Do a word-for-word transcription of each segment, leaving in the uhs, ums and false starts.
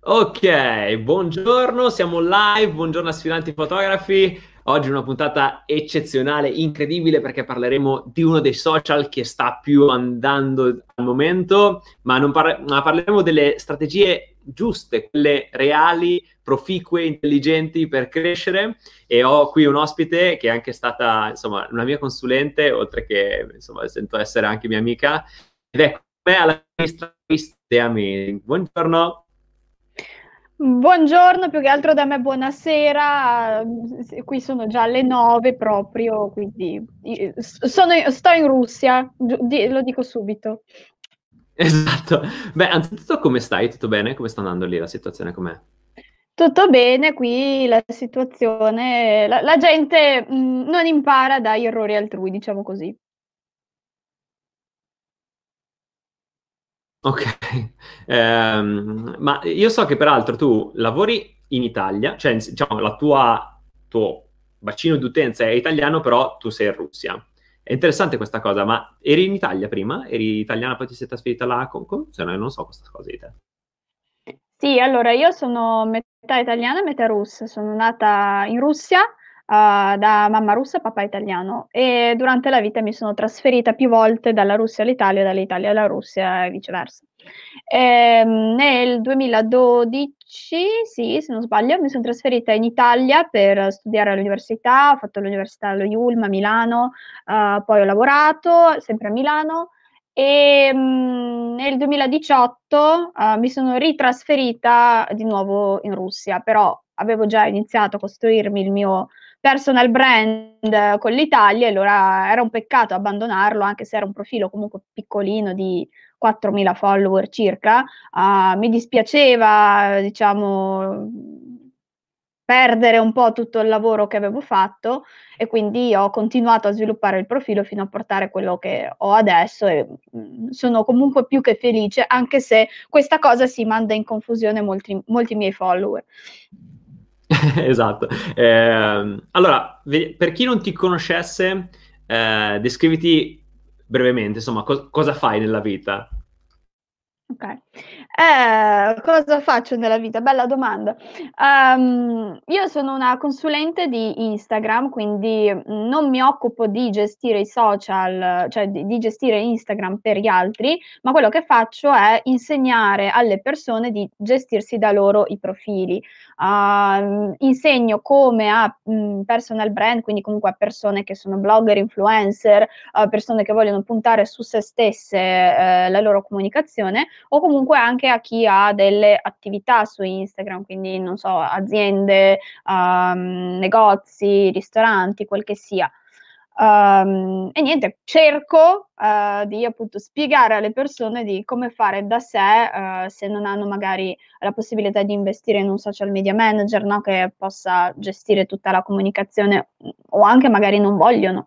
Ok, buongiorno, siamo live, buongiorno aspiranti fotografi. Oggi una puntata eccezionale, incredibile perché parleremo di uno dei social che sta più andando al momento, ma, non parla- ma parleremo delle strategie giuste, quelle reali, proficue, intelligenti per crescere. E ho qui un ospite che è anche stata, insomma, una mia consulente, oltre che, insomma, sento essere anche mia amica, ed è con me alla sinistra, Cristea Amazing. Buongiorno. Buongiorno, più che altro da me buonasera. S- Qui sono già le nove proprio, quindi io- s- sono, sto in Russia, gi- di- lo dico subito. Esatto. Beh, anzitutto come stai? Tutto bene? Come sta andando lì la situazione? Com'è? Tutto bene, qui la situazione, la, la gente mh, non impara dagli errori altrui, diciamo così. Ok. Ehm, ma io so che peraltro tu lavori in Italia, cioè diciamo la tua, tuo bacino d'utenza è italiano, però tu sei in Russia. È interessante questa cosa, ma eri in Italia prima? Eri italiana, poi ti sei trasferita là? Com- com- cioè, no, non so questa cosa di te. Sì, allora io sono metà italiana e metà russa. Sono nata in Russia, eh, da mamma russa e papà italiano e durante la vita mi sono trasferita più volte dalla Russia all'Italia, dall'Italia alla Russia e viceversa. Ehm, nel duemiladodici, sì, se non sbaglio, mi sono trasferita in Italia per studiare all'università, ho fatto l'università allo IULM a Milano, eh, poi ho lavorato sempre a Milano e mh, nel duemiladiciotto eh, mi sono ritrasferita di nuovo in Russia, però avevo già iniziato a costruirmi il mio personal brand eh, con l'Italia e allora era un peccato abbandonarlo, anche se era un profilo comunque piccolino di quattromila follower circa. Uh, mi dispiaceva, diciamo, perdere un po' tutto il lavoro che avevo fatto e quindi ho continuato a sviluppare il profilo fino a portare quello che ho adesso e mh, sono comunque più che felice, anche se questa cosa si manda in confusione molti, molti miei follower. Esatto. Ehm, allora, ve- per chi non ti conoscesse, eh, descriviti brevemente, insomma, co- cosa fai nella vita? Ok. Eh, cosa faccio nella vita? Bella domanda. Ehm, io sono una consulente di Instagram, quindi mm, non mi occupo di gestire i social, cioè di, di gestire Instagram per gli altri, ma quello che faccio è insegnare alle persone di gestirsi da loro i profili. Ehm, insegno come a mm, personal brand, quindi comunque a persone che sono blogger, influencer, a persone che vogliono puntare su se stesse, eh, la loro comunicazione o comunque anche a chi ha delle attività su Instagram, quindi non so, aziende, um, negozi, ristoranti, quel che sia. Um, e niente, cerco uh, di appunto spiegare alle persone di come fare da sé uh, se non hanno magari la possibilità di investire in un social media manager, no, che possa gestire tutta la comunicazione o anche magari non vogliono.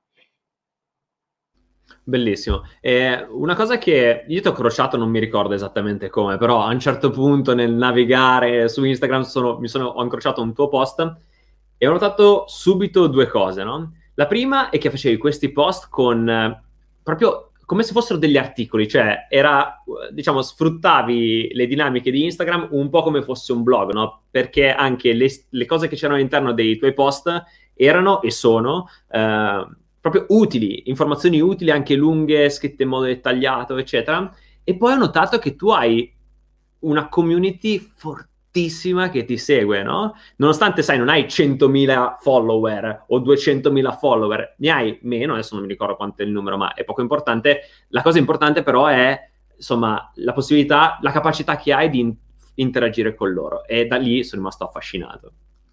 Bellissimo. E una cosa che io ti ho crociato, non mi ricordo esattamente come, però a un certo punto nel navigare su Instagram sono- mi sono, ho incrociato un tuo post e ho notato subito due cose, no? La prima è che facevi questi post con eh, proprio come se fossero degli articoli, cioè era, eh, diciamo, sfruttavi le dinamiche di Instagram un po' come fosse un blog, no? Perché anche le, le cose che c'erano all'interno dei tuoi post erano e sono eh, proprio utili, informazioni utili, anche lunghe, scritte in modo dettagliato, eccetera. E poi ho notato che tu hai una community fortissima che ti segue, no? Nonostante, sai, non hai centomila follower o duecentomila follower, ne hai meno, adesso non mi ricordo quanto è il numero, ma è poco importante. La cosa importante però è, insomma, la possibilità, la capacità che hai di in- interagire con loro. E da lì sono rimasto affascinato.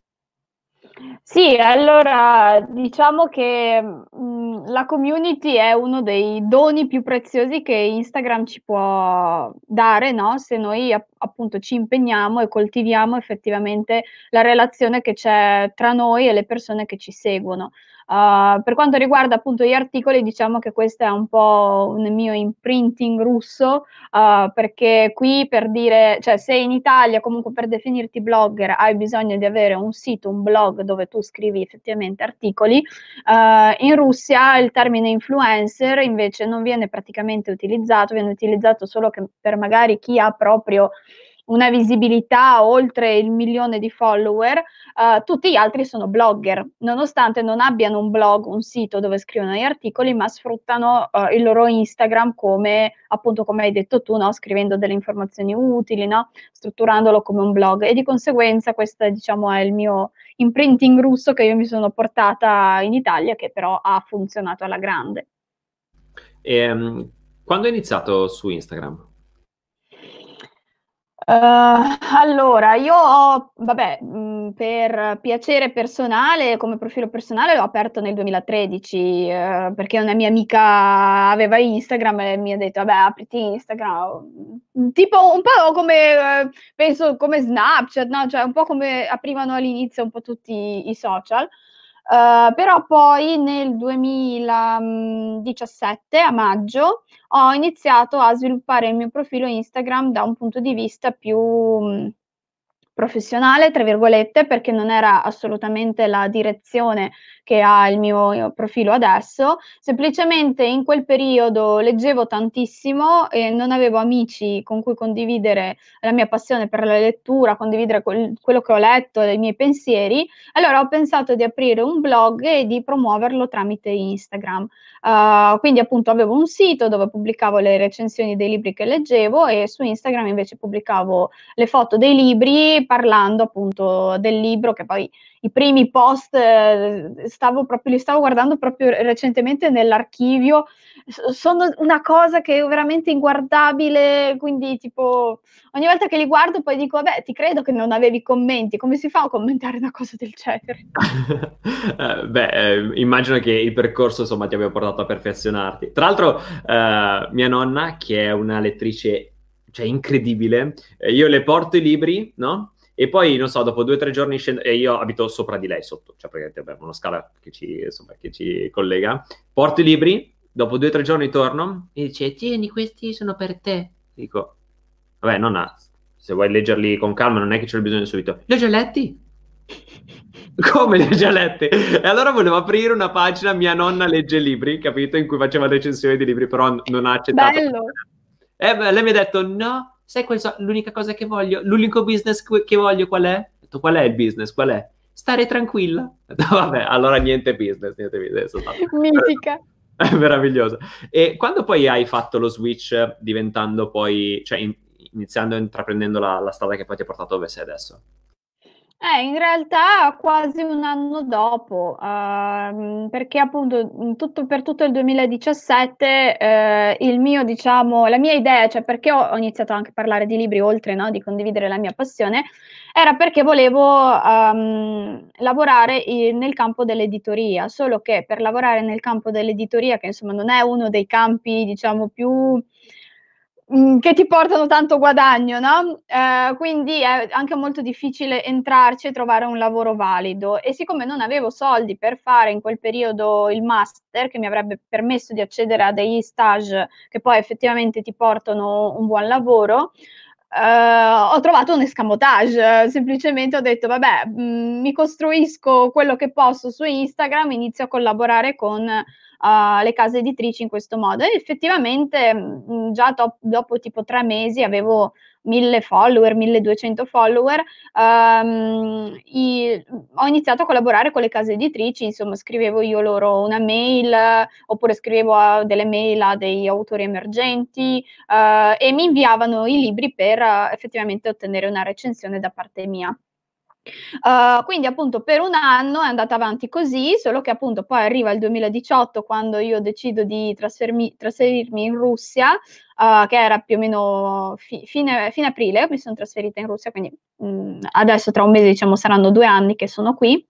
Sì, allora diciamo che mh, la community è uno dei doni più preziosi che Instagram ci può dare, no? Se noi app- appunto ci impegniamo e coltiviamo effettivamente la relazione che c'è tra noi e le persone che ci seguono. Uh, per quanto riguarda appunto gli articoli, diciamo che questo è un po' un mio imprinting russo, uh, perché qui per dire, cioè se in Italia comunque per definirti blogger hai bisogno di avere un sito, un blog dove tu scrivi effettivamente articoli, uh, in Russia il termine influencer invece non viene praticamente utilizzato, viene utilizzato solo che per magari chi ha proprio una visibilità oltre il milione di follower, uh, tutti gli altri sono blogger, nonostante non abbiano un blog, un sito dove scrivono gli articoli, ma sfruttano uh, il loro Instagram come, appunto, come hai detto tu, no? Scrivendo delle informazioni utili, no? Strutturandolo come un blog, e di conseguenza questo, diciamo, è il mio imprinting russo che io mi sono portata in Italia, che però ha funzionato alla grande. E, um, quando hai iniziato su Instagram? Uh, allora, io ho, vabbè, mh, per piacere personale, come profilo personale, l'ho aperto nel duemilatredici, eh, perché una mia amica aveva Instagram e mi ha detto, vabbè, apriti Instagram. Tipo un po' come, eh, penso, come Snapchat, no? Cioè un po' come aprivano all'inizio un po' tutti i social. Uh, però poi nel duemiladiciassette, a maggio, ho iniziato a sviluppare il mio profilo Instagram da un punto di vista più mh, professionale, tra virgolette, perché non era assolutamente la direzione che ha il mio profilo adesso. Semplicemente in quel periodo leggevo tantissimo e non avevo amici con cui condividere la mia passione per la lettura, condividere quel, quello che ho letto, i miei pensieri. Allora ho pensato di aprire un blog e di promuoverlo tramite Instagram. Uh, quindi appunto avevo un sito dove pubblicavo le recensioni dei libri che leggevo, e su Instagram invece pubblicavo le foto dei libri, parlando appunto del libro, che poi i primi post eh, stavo proprio, li stavo guardando proprio recentemente nell'archivio, sono una cosa che è veramente inguardabile, quindi tipo ogni volta che li guardo poi dico, vabbè, ti credo che non avevi commenti, come si fa a commentare una cosa del genere? Eh, beh, eh, immagino che il percorso, insomma, ti abbia portato a perfezionarti. Tra l'altro, eh, mia nonna, che è una lettrice, cioè, incredibile, eh, io le porto i libri, no? E poi, non so, dopo due o tre giorni scendo, e io abito sopra di lei, sotto, cioè praticamente abbiamo una scala che ci, insomma, che ci collega. Porto i libri, dopo due o tre giorni torno e dice, tieni, questi sono per te. Dico, vabbè, nonna, se vuoi leggerli con calma, non è che c'è bisogno subito. Li ho già letti? Come li hai già lette? E allora volevo aprire una pagina Mia nonna legge libri, capito? In cui faceva recensioni di libri, però non ha accettato. Bello! E beh, lei mi ha detto, no, sai qual so- l'unica cosa che voglio, l'unico business que- che voglio qual è? Ho detto, qual è il business? Qual è? Stare tranquilla. Ho detto, vabbè, allora niente business, niente business. Soltanto. Mitica! È meraviglioso. E quando poi hai fatto lo switch diventando poi, cioè in- iniziando, intraprendendo la, la strada che poi ti ha portato dove sei adesso? Eh, in realtà quasi un anno dopo, uhm, perché appunto, mhmm, tutto per tutto il duemiladiciassette, ehm, il mio diciamo la mia idea, cioè perché ho ho iniziato anche a parlare di libri oltre, no, di condividere la mia passione, era perché volevo, uhm, lavorare i nel campo dell'editoria, solo che per lavorare nel campo dell'editoria, che insomma non è uno dei campi diciamo più Mhmm, che ti portano tanto guadagno, no, ehm, quindi è anche molto difficile entrarci e trovare un lavoro valido. E siccome non avevo soldi per fare in quel periodo il master, che mi avrebbe permesso di accedere a degli stage che poi effettivamente ti portano un buon lavoro, ehm, ho trovato un escamotage. Semplicemente ho detto: "Vabbè, mhmm, mi costruisco quello che posso su Instagram, inizio a collaborare con a le case editrici in questo modo." E effettivamente, mhmm, già top dopo tipo tre mesi avevo mille follower, milleduecento follower, uhm, i mhmm, ho iniziato a collaborare con le case editrici, insomma scrivevo io loro una mail, oppure scrivevo a delle mail a degli autori emergenti, uhm, e mi inviavano i libri per eh, effettivamente ottenere una recensione da parte mia. Uh, quindi appunto per un anno è andata avanti così, solo che appunto poi arriva il duemiladiciotto, quando io decido di trasfermi trasferirmi in Russia, uh, che era più o meno fi fine fine aprile, mi son trasferita in Russia, quindi, mhmm, adesso tra un mese diciamo saranno due anni che sono qui.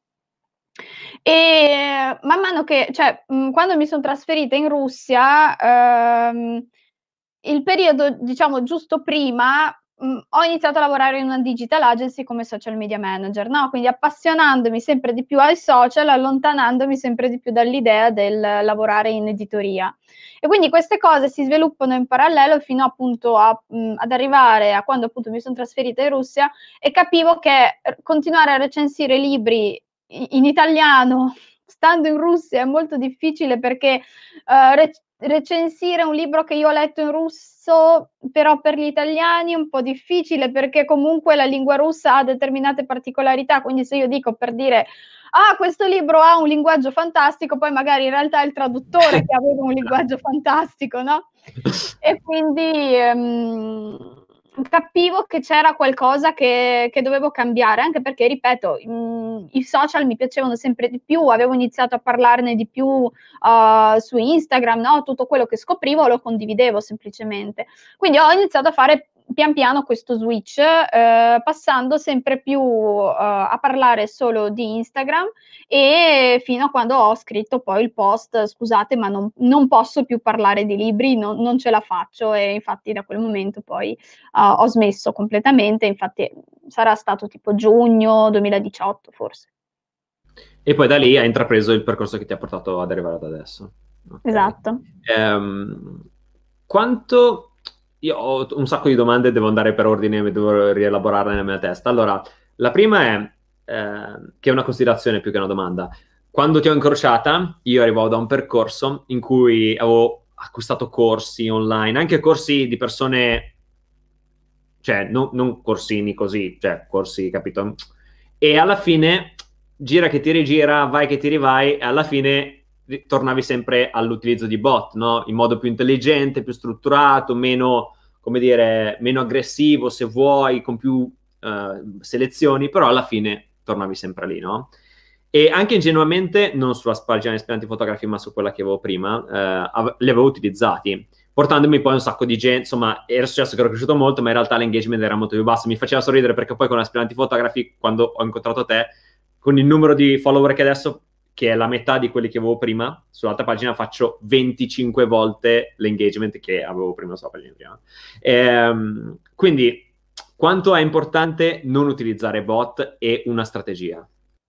E man mano che cioè, mhmm, quando mi son trasferita in Russia, uhm, il periodo diciamo giusto prima, mhmm, ho iniziato a lavorare in una digital agency come social media manager, no, quindi appassionandomi sempre di più ai social, allontanandomi sempre di più dall'idea del lavorare in editoria. E quindi queste cose si sviluppano in parallelo fino appunto a mhmm, ad arrivare a quando appunto mi son trasferita in Russia e capivo che r continuare a recensire libri i in italiano stando in Russia è molto difficile perché, uhm, rec recensire un libro che io ho letto in russo, però per gli italiani è un po' difficile, perché comunque la lingua russa ha determinate particolarità, quindi se io dico, per dire: "Ah, questo libro ha un linguaggio fantastico", poi magari in realtà è il traduttore che aveva un linguaggio fantastico, no, e quindi, ehm, capivo che c'era qualcosa che che dovevo cambiare, anche perché, ripeto, mhmm, i social mi piacevano sempre di più, avevo iniziato a parlarne di più, uhm, su Instagram, no, tutto quello che scoprivo lo condividevo semplicemente. Quindi ho iniziato a fare pian piano questo switch, ehm, passando sempre più, uhm, a parlare solo di Instagram, e fino a quando ho scritto poi il post: "Scusate, ma non non posso più parlare di libri, non non ce la faccio", e infatti da quel momento poi, uhm, ho smesso completamente, infatti sarà stato tipo giugno duemiladiciotto forse. E poi da lì hai intrapreso il percorso che ti ha portato ad arrivare ad adesso. Okay. Esatto. Ehm, quanto io ho un sacco di domande, devo andare per ordine, devo rielaborarle nella mia testa. Allora, la prima è, ehm, che è una considerazione più che una domanda. Quando ti ho incrociata, io arrivavo da un percorso in cui avevo acquistato corsi online, anche corsi di persone, cioè non, non corsini così, cioè corsi, capito? E alla fine gira che ti rigira, vai che ti rivai, e alla fine tornavi sempre all'utilizzo di bot, no? In modo più intelligente, più strutturato, meno, come dire, meno aggressivo se vuoi, con più uh, selezioni, però alla fine tornavi sempre lì, no? E anche ingenuamente, non sulla pagina di Aspiranti Fotografi, ma su quella che avevo prima, eh, li avevo utilizzati, portandomi poi un sacco di gente. Insomma, era successo che ero cresciuto molto, ma in realtà l'engagement era molto più basso. Mi faceva sorridere perché poi con Aspiranti Fotografi, quando ho incontrato te, con il numero di follower che adesso, che è la metà di quelli che avevo prima, sull'altra pagina faccio venticinque volte l'engagement che avevo prima sulla pagina prima. Ehm, quindi, quanto è importante non utilizzare bot e una strategia?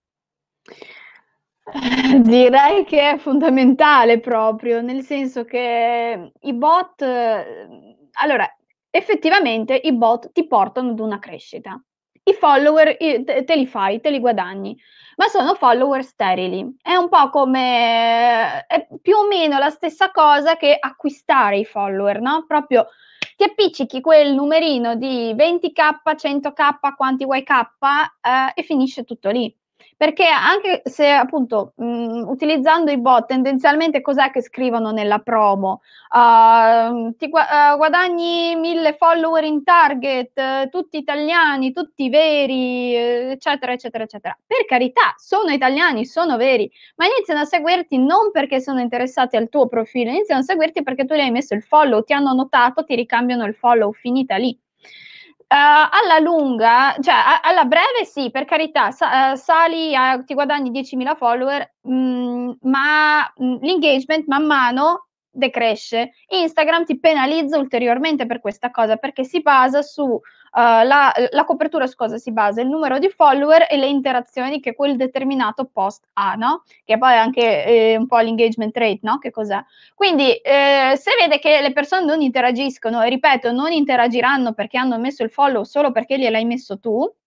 Direi che è fondamentale proprio, nel senso che i bot allora, effettivamente i bot ti portano ad una crescita. I follower i te te li fai, te li guadagni, ma sono follower sterili. È un po' come è più o meno la stessa cosa che acquistare i follower, no, proprio ti appiccichi quel numerino di venti K, cento K, quanti vuoi K, ehm, e finisce tutto lì. Perché anche se appunto, mhmm, utilizzando i bot tendenzialmente cos'è che scrivono nella promo? Uhm, ti gua uhm, guadagni mille follower in target, tutti italiani, tutti veri, eccetera, eccetera, eccetera. Per carità, sono italiani, sono veri, ma iniziano a seguirti non perché sono interessati al tuo profilo, iniziano a seguirti perché tu gli hai messo il follow, ti hanno notato, ti ricambiano il follow, finita lì. Uh, alla lunga, cioè a alla breve sì, per carità, sa uh, sali a ti guadagni diecimila follower, mhmm, ma, mhmm, l'engagement man mano decresce. Instagram ti penalizza ulteriormente per questa cosa, perché si basa su, uh, la la copertura su cosa si basa? Il numero di follower e le interazioni che quel determinato post ha, no, che poi è anche, ehm, un po' l'engagement rate, no, che cos'è. Quindi, ehm, se vede che le persone non interagiscono, e ripeto, non interagiranno perché hanno messo il follow solo perché gliel'hai messo tu, uhm,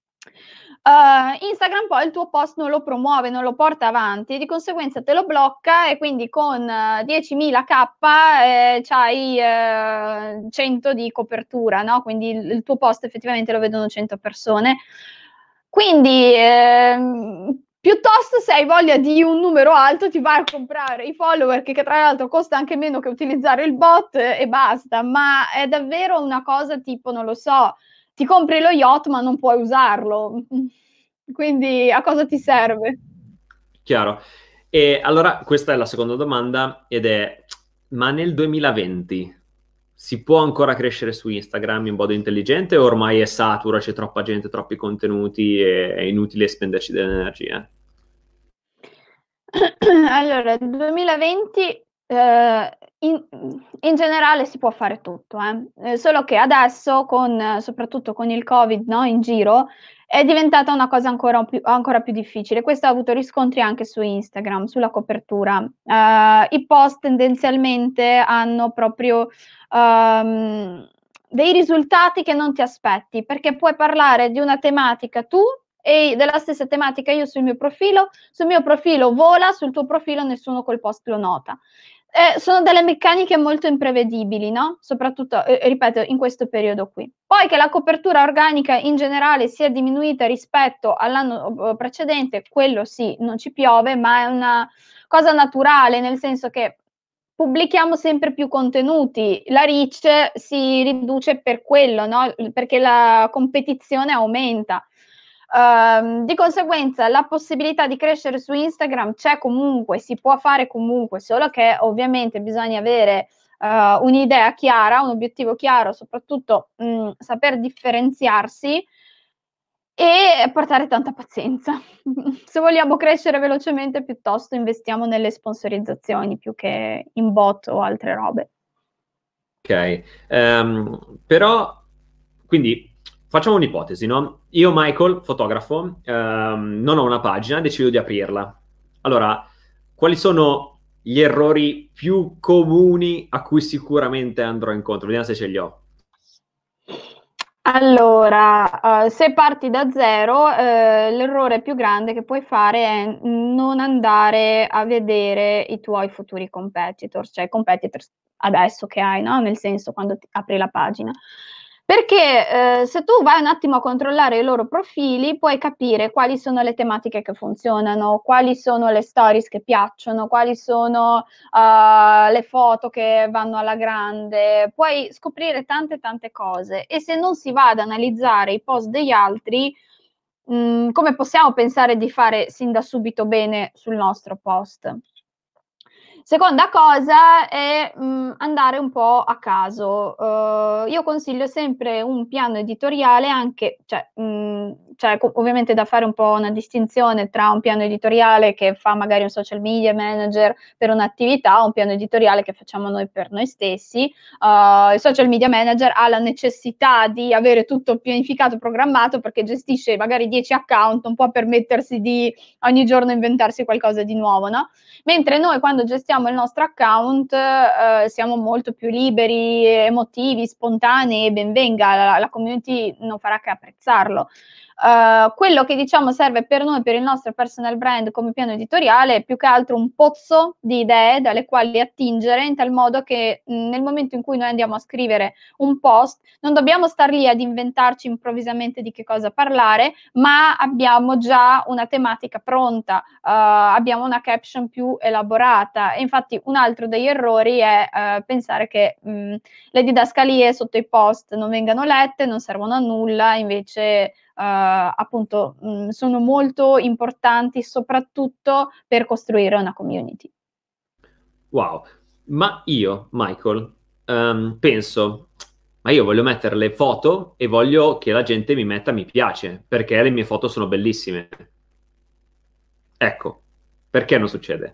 Instagram poi il tuo post non lo promuove, non lo porta avanti, di conseguenza te lo blocca, e quindi con diecimila K, ehm, c'hai, ehm, cento di copertura, no, quindi il il tuo post effettivamente lo vedono cento persone. Quindi, ehm, piuttosto se hai voglia di un numero alto ti vai a comprare i follower, che che tra l'altro costa anche meno che utilizzare il bot, e basta. Ma è davvero una cosa tipo, non lo so, ti compri lo yacht ma non puoi usarlo. Quindi a cosa ti serve? Chiaro. E allora questa è la seconda domanda, ed è: ma nel duemilaventi si può ancora crescere su Instagram in modo intelligente, o ormai è satura, c'è troppa gente, troppi contenuti e è inutile spenderci delle energie? Allora, il duemilaventi, ehm, in mhmm, in generale si può fare tutto, eh, ehm, solo che adesso con soprattutto con il Covid, no, in giro, è diventata una cosa ancora più ancora più difficile. Questo ha avuto riscontri anche su Instagram, sulla copertura. Uhm, i post tendenzialmente hanno proprio, uhm, dei risultati che non ti aspetti, perché puoi parlare di una tematica tu, e della stessa tematica io sul mio profilo, sul mio profilo vola, sul tuo profilo nessuno quel post lo nota. Eh, sono delle meccaniche molto imprevedibili, no? Soprattutto, eh, ripeto, in questo periodo qui. Poi che la copertura organica in generale sia diminuita rispetto all'anno precedente, quello sì, non ci piove, ma è una cosa naturale, nel senso che pubblichiamo sempre più contenuti. La reach si riduce per quello, no? Perché la competizione aumenta. Uh, di conseguenza la possibilità di crescere su Instagram c'è comunque, si può fare comunque, solo che ovviamente bisogna avere uh, un'idea chiara, un obiettivo chiaro, soprattutto mh, saper differenziarsi e portare tanta pazienza. Se vogliamo crescere velocemente, piuttosto investiamo nelle sponsorizzazioni più che in bot o altre robe. Ok, um, però quindi facciamo un'ipotesi, no? Io, Michael, fotografo, um, non ho una pagina, decido di aprirla. Allora, quali sono gli errori più comuni a cui sicuramente andrò incontro? Vediamo se ce li ho. Allora, uh, se parti da zero, uh, l'errore più grande che puoi fare è non andare a vedere i tuoi futuri competitors, cioè competitors adesso che hai, no? Nel senso, quando ti apri la pagina. Perché eh, se tu vai un attimo a controllare i loro profili, puoi capire quali sono le tematiche che funzionano, quali sono le stories che piacciono, quali sono uh, le foto che vanno alla grande, puoi scoprire tante tante cose. E se non si va ad analizzare i post degli altri, mh, come possiamo pensare di fare sin da subito bene sul nostro post? Seconda cosa è mh, andare un po' a caso. Uh, io consiglio sempre un piano editoriale anche, cioè, mh, cioè ovviamente da fare un po' una distinzione tra un piano editoriale che fa magari un social media manager per un'attività o un piano editoriale che facciamo noi per noi stessi. Uh, il social media manager ha la necessità di avere tutto pianificato, programmato, perché gestisce magari dieci account, non può permettersi di ogni giorno inventarsi qualcosa di nuovo, no? Mentre noi quando gestiamo il nostro account eh, siamo molto più liberi, emotivi, spontanei e ben venga, la, la community non farà che apprezzarlo. Uh, quello che diciamo serve per noi, per il nostro personal brand come piano editoriale, è più che altro un pozzo di idee dalle quali attingere, in tal modo che mh, nel momento in cui noi andiamo a scrivere un post non dobbiamo star lì ad inventarci improvvisamente di che cosa parlare, ma abbiamo già una tematica pronta, uh, abbiamo una caption più elaborata. E infatti un altro degli errori è uh, pensare che mh, le didascalie sotto i post non vengano lette, non servono a nulla, invece Uh, appunto mh, sono molto importanti soprattutto per costruire una community. Wow, ma io, Michael, um, penso, ma io voglio mettere le foto e voglio che la gente mi metta mi piace, perché le mie foto sono bellissime. Ecco, perché non succede?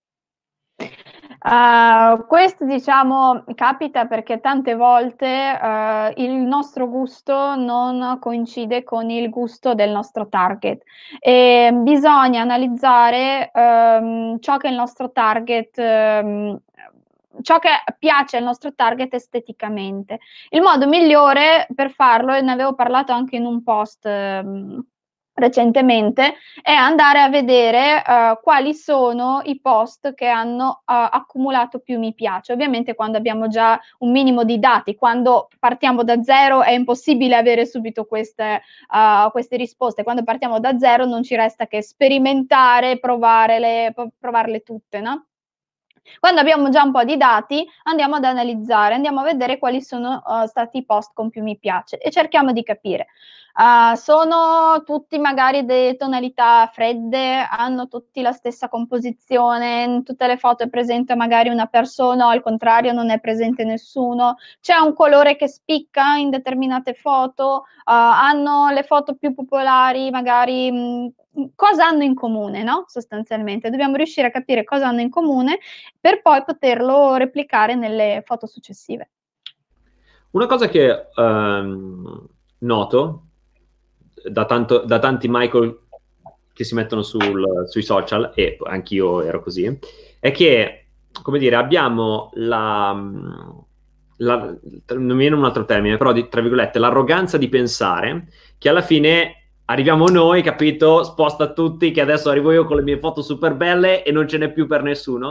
Uh, questo diciamo capita perché tante volte uh, il nostro gusto non coincide con il gusto del nostro target e bisogna analizzare um, ciò che il nostro target um, ciò che piace al nostro target esteticamente. Il modo migliore per farlo, e ne avevo parlato anche in un post um, recentemente, è andare a vedere uh, quali sono i post che hanno uh, accumulato più mi piace. Ovviamente quando abbiamo già un minimo di dati, quando partiamo da zero è impossibile avere subito queste, uh, queste risposte. Quando partiamo da zero non ci resta che sperimentare, provarle, provarle tutte, no? Quando abbiamo già un po' di dati, andiamo ad analizzare, andiamo a vedere quali sono uh, stati i post con più mi piace e cerchiamo di capire. Uh, sono tutti magari delle tonalità fredde, hanno tutti la stessa composizione, in tutte le foto è presente magari una persona o al contrario non è presente nessuno, c'è un colore che spicca in determinate foto, uh, hanno le foto più popolari magari mh, cosa hanno in comune, no? Sostanzialmente dobbiamo riuscire a capire cosa hanno in comune per poi poterlo replicare nelle foto successive. Una cosa che um, noto da, tanto, da tanti Michael che si mettono sul, sui social, e anch'io ero così, è che, come dire, abbiamo la, la non mi viene un altro termine, però di, tra virgolette, l'arroganza di pensare che alla fine arriviamo noi, capito? Sposta tutti, che adesso arrivo io con le mie foto super belle e non ce n'è più per nessuno.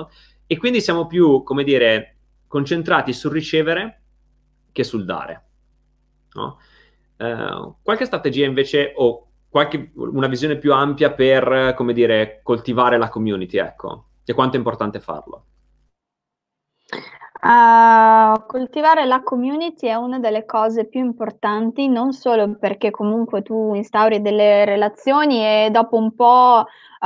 e quindi siamo più, come dire, concentrati sul ricevere che sul dare, no? Eh, qualche strategia invece o qualche, una visione più ampia per, come dire, coltivare la community, ecco, e quanto è importante farlo? Uh, coltivare la community è una delle cose più importanti, non solo perché comunque tu instauri delle relazioni e dopo un po',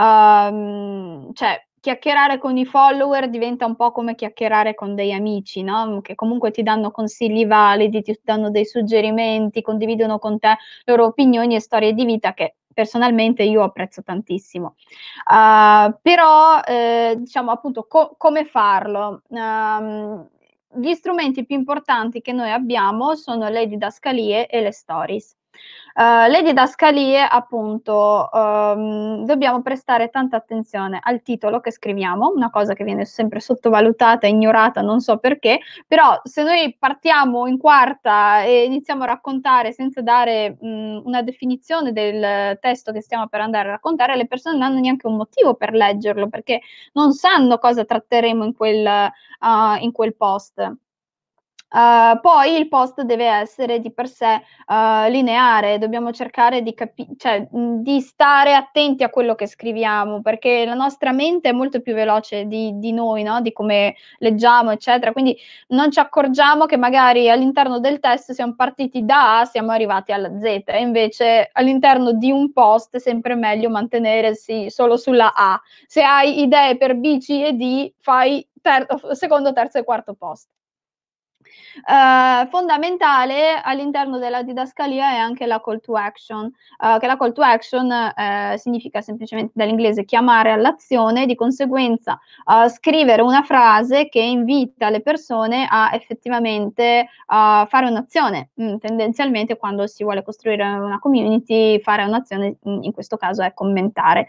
uh, cioè, chiacchierare con i follower diventa un po' come chiacchierare con dei amici, no? Che comunque ti danno consigli validi, ti danno dei suggerimenti, condividono con te le loro opinioni e storie di vita che personalmente io apprezzo tantissimo. Uh, però, eh, diciamo appunto, co- come farlo? Um, gli strumenti più importanti che noi abbiamo sono le didascalie e le stories. Uh, le didascalie, appunto, um, dobbiamo prestare tanta attenzione al titolo che scriviamo, una cosa che viene sempre sottovalutata, ignorata, non so perché, però se noi partiamo in quarta e iniziamo a raccontare senza dare mh, una definizione del testo che stiamo per andare a raccontare, le persone non hanno neanche un motivo per leggerlo, perché non sanno cosa tratteremo in quel, uh, in quel post. Uh, poi il post deve essere di per sé uh, lineare, dobbiamo cercare di, capi- cioè, mh, di stare attenti a quello che scriviamo, perché la nostra mente è molto più veloce di, di noi, no? Di come leggiamo, eccetera. Quindi non ci accorgiamo che magari all'interno del testo siamo partiti da A, siamo arrivati alla Z, e invece all'interno di un post è sempre meglio mantenersi solo sulla A. Se hai idee per B, C e D, fai ter- secondo, terzo e quarto post. Uh, fondamentale all'interno della didascalia è anche la call to action, uh, che la call to action uh, significa semplicemente dall'inglese chiamare all'azione, di conseguenza uh, scrivere una frase che invita le persone a effettivamente uh, fare un'azione. Mm, tendenzialmente quando si vuole costruire una community, fare un'azione in questo caso è commentare.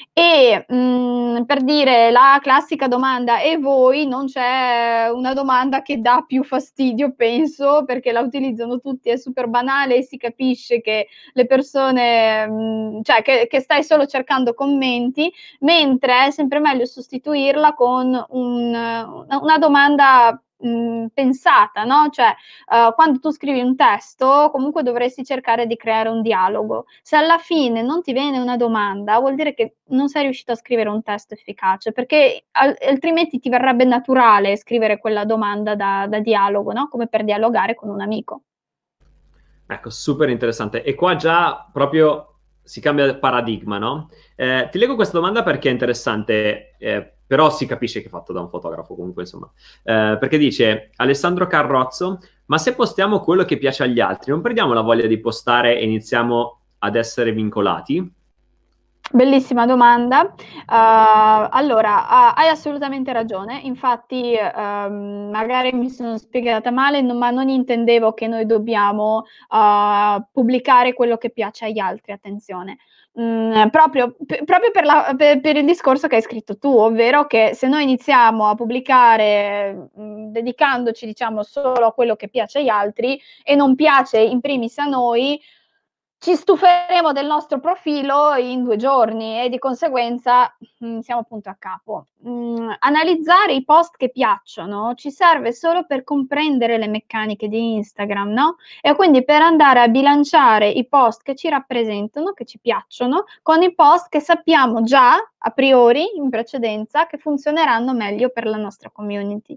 E mh, per dire la classica domanda e voi, non c'è una domanda che dà più fastidio, penso, perché la utilizzano tutti, è super banale e si capisce che le persone, mh, cioè che, che stai solo cercando commenti, mentre è sempre meglio sostituirla con un, una domanda mh, pensata, no? Cioè uh, quando tu scrivi un testo comunque dovresti cercare di creare un dialogo. Se alla fine non ti viene una domanda vuol dire che non sei riuscito a scrivere un testo efficace, perché al- altrimenti ti verrebbe naturale scrivere quella domanda da, da dialogo, no? Come per dialogare con un amico. Ecco, super interessante. E qua già proprio si cambia il paradigma, no? Eh, ti leggo questa domanda perché è interessante, eh, però si capisce che è fatto da un fotografo comunque, insomma. Eh, perché dice Alessandro Carrozzo, ma se postiamo quello che piace agli altri, non perdiamo la voglia di postare e iniziamo ad essere vincolati? Bellissima domanda. Uh, allora, uh, hai assolutamente ragione. Infatti, um, magari mi sono spiegata male, no, ma non intendevo che noi dobbiamo uh, pubblicare quello che piace agli altri, attenzione. Mm, proprio, p- proprio per, la, per, per il discorso che hai scritto tu, ovvero che se noi iniziamo a pubblicare mh, dedicandoci, diciamo, solo a quello che piace agli altri e non piace in primis a noi, ci stuferemo del nostro profilo in due giorni e di conseguenza mh, siamo punto a capo. Mh, analizzare i post che piacciono ci serve solo per comprendere le meccaniche di Instagram, no? E quindi per andare a bilanciare i post che ci rappresentano, che ci piacciono, con i post che sappiamo già a priori, in precedenza, che funzioneranno meglio per la nostra community.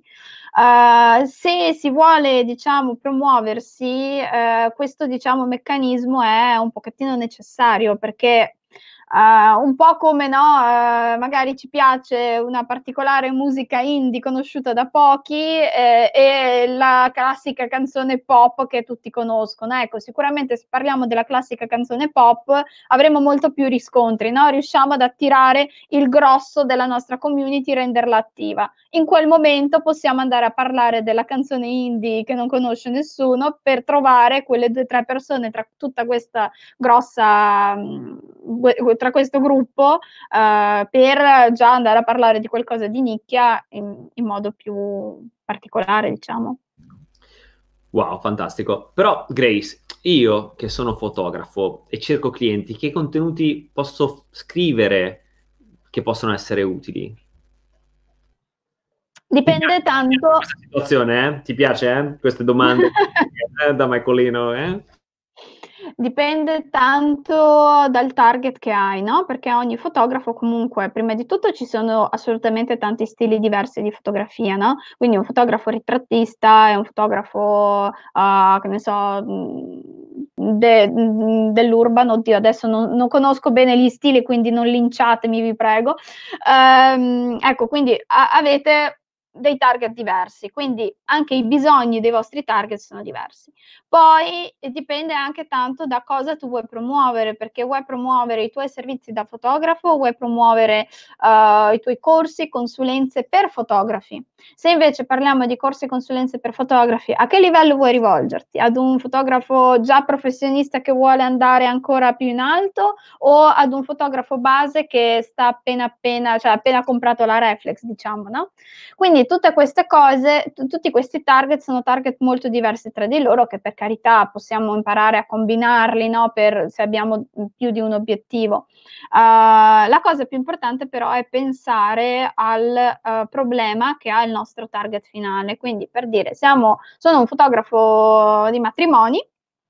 Uh, se si vuole, diciamo, promuoversi, uh, questo, diciamo, meccanismo è un pochettino necessario perché Uh, un po' come no, uh, magari ci piace una particolare musica indie conosciuta da pochi eh, e la classica canzone pop che tutti conoscono. Ecco, sicuramente se parliamo della classica canzone pop avremo molto più riscontri, no? Riusciamo ad attirare il grosso della nostra community, renderla attiva. In quel momento possiamo andare a parlare della canzone indie che non conosce nessuno per trovare quelle due o tre persone tra tutta questa grossa tra questo gruppo uh, per già andare a parlare di qualcosa di nicchia in, in modo più particolare, diciamo. Wow, fantastico. Però, Grace, io che sono fotografo e cerco clienti, che contenuti posso scrivere che possono essere utili? Ti Dipende piace tanto. questa situazione, eh? Ti piace, eh? Queste domande eh, da Michaelino, eh? Dipende tanto dal target che hai, no, perché ogni fotografo comunque, prima di tutto ci sono assolutamente tanti stili diversi di fotografia, no, quindi un fotografo ritrattista è un fotografo, uhm, che ne so, mhmm, de mhmm, dell'urban, oddio adesso non non conosco bene gli stili, quindi non linciatemi vi prego. Ehm, ecco, quindi a avete dei target diversi, quindi anche i bisogni dei vostri target sono diversi. Poi eh, dipende anche tanto da cosa tu vuoi promuovere, perché vuoi promuovere i tuoi servizi da fotografo, vuoi promuovere uh, i tuoi corsi, consulenze per fotografi. Se invece parliamo di corsi e consulenze per fotografi, a che livello vuoi rivolgerti? Ad un fotografo già professionista che vuole andare ancora più in alto o ad un fotografo base che sta appena appena, cioè appena comprato la reflex, diciamo, no? Quindi tutte queste cose, t- tutti questi target sono target molto diversi tra di loro che per carità possiamo imparare a combinarli, no? Per, se abbiamo più di un obiettivo. Uh, la cosa più importante però è pensare al uh, problema che ha il nostro target finale. Quindi per dire, siamo, sono un fotografo di matrimoni.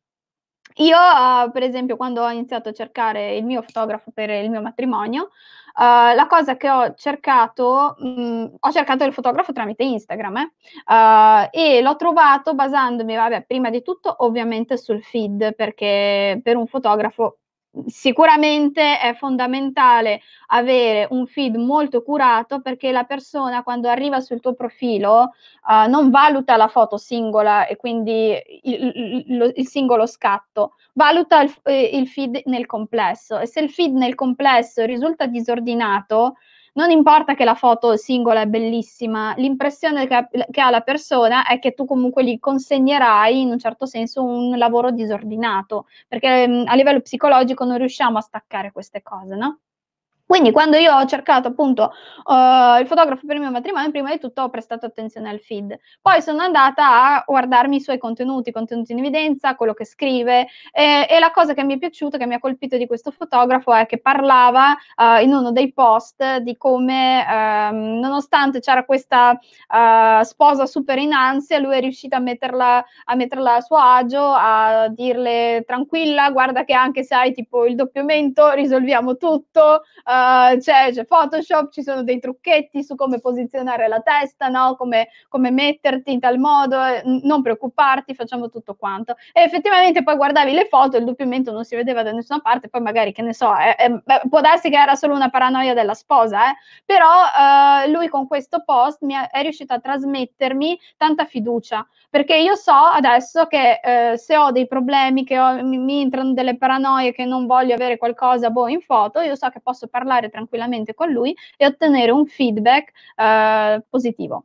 Io, uh, per esempio, quando ho iniziato a cercare il mio fotografo per il mio matrimonio, uh, la cosa che ho cercato, mh, ho cercato il fotografo tramite Instagram, eh, uh, e l'ho trovato basandomi, vabbè, prima di tutto ovviamente sul feed, perché per un fotografo sicuramente è fondamentale avere un feed molto curato perché la persona quando arriva sul tuo profilo uh, non valuta la foto singola e quindi il, il, il singolo scatto, valuta il, il feed nel complesso e se il feed nel complesso risulta disordinato, non importa che la foto singola è bellissima, l'impressione che ha, che ha la persona è che tu comunque gli consegnerai in un certo senso un lavoro disordinato, perché mh, a livello psicologico non riusciamo a staccare queste cose, no? Quindi quando io ho cercato appunto uh, il fotografo per il mio matrimonio, prima di tutto ho prestato attenzione al feed. Poi sono andata a guardarmi i suoi contenuti, contenuti in evidenza, quello che scrive e, e la cosa che mi è piaciuta, che mi ha colpito di questo fotografo è che parlava uh, in uno dei post di come uh, nonostante c'era questa uh, sposa super in ansia, lui è riuscito a metterla, a metterla a suo agio, a dirle tranquilla, guarda che anche se hai tipo il doppio mento risolviamo tutto. Uh, Uh, c'è, c'è Photoshop, ci sono dei trucchetti su come posizionare la testa, no? come, come metterti in tal modo, eh, non preoccuparti, facciamo tutto quanto. E effettivamente poi guardavi le foto, il doppiamento non si vedeva da nessuna parte, poi magari, che ne so, eh, eh, può darsi che era solo una paranoia della sposa, eh? Però uh, lui con questo post mi è, è riuscito a trasmettermi tanta fiducia, perché io so adesso che eh, se ho dei problemi, che ho, mi, mi entrano delle paranoie, che non voglio avere qualcosa boh, in foto, io so che posso parlare tranquillamente con lui e ottenere un feedback eh, positivo.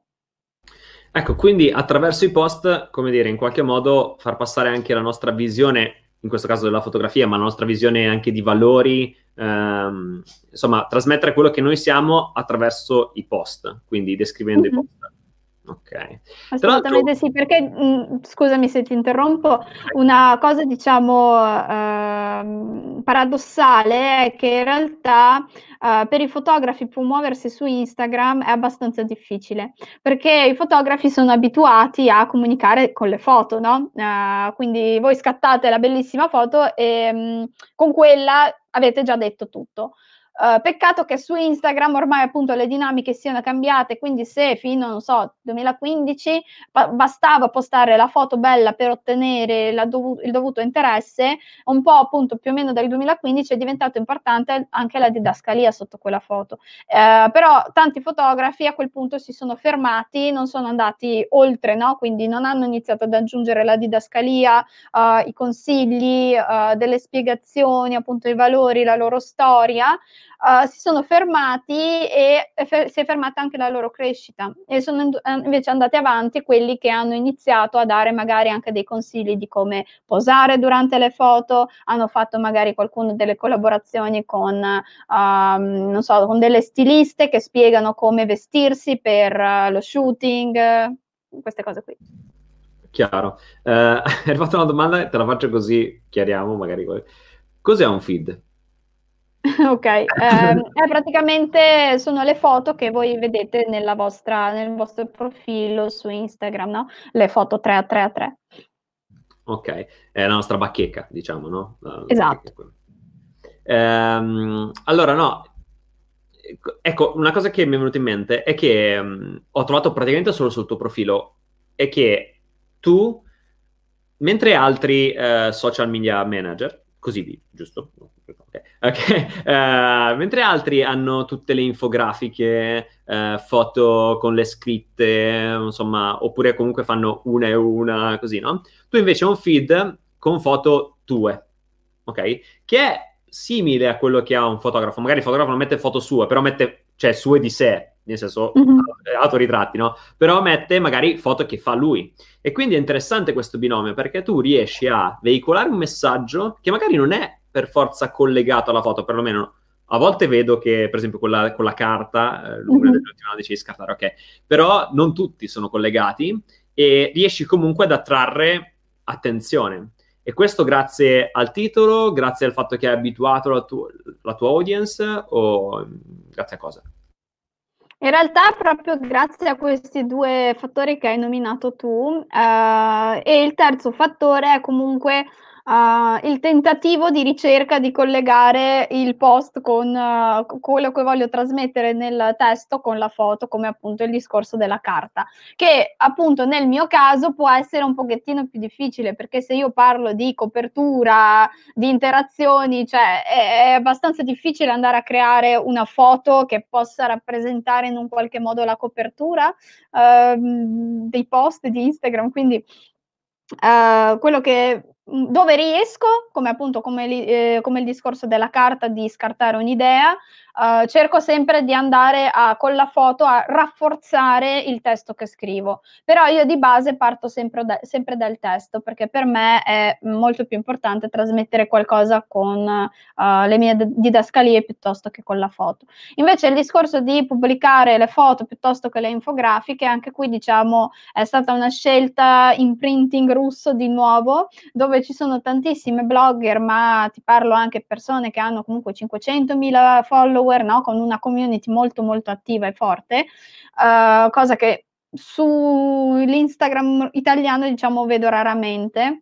Ecco, quindi attraverso i post, come dire, in qualche modo far passare anche la nostra visione, in questo caso della fotografia, ma la nostra visione anche di valori, ehm, insomma, trasmettere quello che noi siamo attraverso i post, quindi descrivendo Mm-hmm. i post. Ok. Tra Assolutamente l'altro, sì, perché mh, scusami se ti interrompo, una cosa diciamo ehm, paradossale è che in realtà eh, per i fotografi promuoversi su Instagram è abbastanza difficile, perché i fotografi sono abituati a comunicare con le foto, no? Eh, quindi voi scattate la bellissima foto e mh, con quella avete già detto tutto. Uh, peccato che su Instagram ormai appunto le dinamiche siano cambiate, quindi se fino, non so, duemilaquindici ba- bastava postare la foto bella per ottenere la dovu- il dovuto interesse, un po' appunto più o meno dal duemilaquindici è diventato importante anche la didascalia sotto quella foto. Uh, però tanti fotografi a quel punto si sono fermati, non sono andati oltre, no? Quindi non hanno iniziato ad aggiungere la didascalia, uh, i consigli, uh, delle spiegazioni, appunto i valori, la loro storia. Uh, si sono fermati e fer- si è fermata anche la loro crescita e sono in- invece andati avanti quelli che hanno iniziato a dare magari anche dei consigli di come posare durante le foto, hanno fatto magari qualcuno delle collaborazioni con, um, non so, con delle stiliste che spiegano come vestirsi per uh, lo shooting, uh, queste cose qui. chiaro. Eh, hai fatto una domanda e te la faccio così chiariamo magari. Cos'è un feed? Ok, ehm, è praticamente sono le foto che voi vedete nella vostra nel vostro profilo su Instagram, no, le foto tre a tre a tre. Ok, è la nostra bacheca, diciamo, no? La, la bacheca è Esatto. quella. Ehm, allora, no, ecco, ecco, una cosa che mi è venuta in mente è che mh, ho trovato praticamente solo sul tuo profilo, è che tu, mentre altri eh, social media manager, così vi, giusto? Ok, ok. Eh, mentre altri hanno tutte le infografiche, eh, foto con le scritte, insomma, oppure comunque fanno una e una, così, no? Tu invece hai un feed con foto tue, ok? Che è simile a quello che ha un fotografo. Magari il fotografo non mette foto sue, però mette, cioè, sue di sé, nel senso, Mh-mh. autoritratti, no? Però mette magari foto che fa lui. E quindi è interessante questo binomio, perché tu riesci a veicolare un messaggio che magari non è per forza collegato alla foto, perlomeno a volte vedo che, per esempio, con la, con la carta, eh, una Mh-mh. delle ultime decidi di scartare, ok, però non tutti sono collegati e riesci comunque ad attrarre attenzione. E questo grazie al titolo, grazie al fatto che hai abituato la, tu- la tua audience o mm, grazie a cosa? In realtà proprio grazie a questi due fattori che hai nominato tu, ehm, e il terzo fattore è comunque, uhm, il tentativo di ricerca di collegare il post con uh, co quello che voglio trasmettere nel testo con la foto, come appunto il discorso della carta, che appunto nel mio caso può essere un pochettino più difficile, perché se io parlo di copertura, di interazioni, cioè è è abbastanza difficile andare a creare una foto che possa rappresentare in un qualche modo la copertura, uhm, dei post di Instagram. Quindi, uhm, quello che mhmm, dove riesco, come appunto come li ehm, come il discorso della carta, di scartare un'idea, uhm, cerco sempre di andare a con la foto a rafforzare il testo che scrivo. Però io di base parto sempre da sempre dal testo, perché per me è molto più importante trasmettere qualcosa con, uhm, le mie d didascalie piuttosto che con la foto. Invece il discorso di pubblicare le foto piuttosto che le infografiche, anche qui diciamo è stata una scelta imprinting russo di nuovo, dove ci sono tantissime blogger, ma ti parlo anche persone che hanno comunque cinquecentomila follower, no, con una community molto, molto attiva e forte, uhm, cosa che su l'Instagram italiano, diciamo, vedo raramente.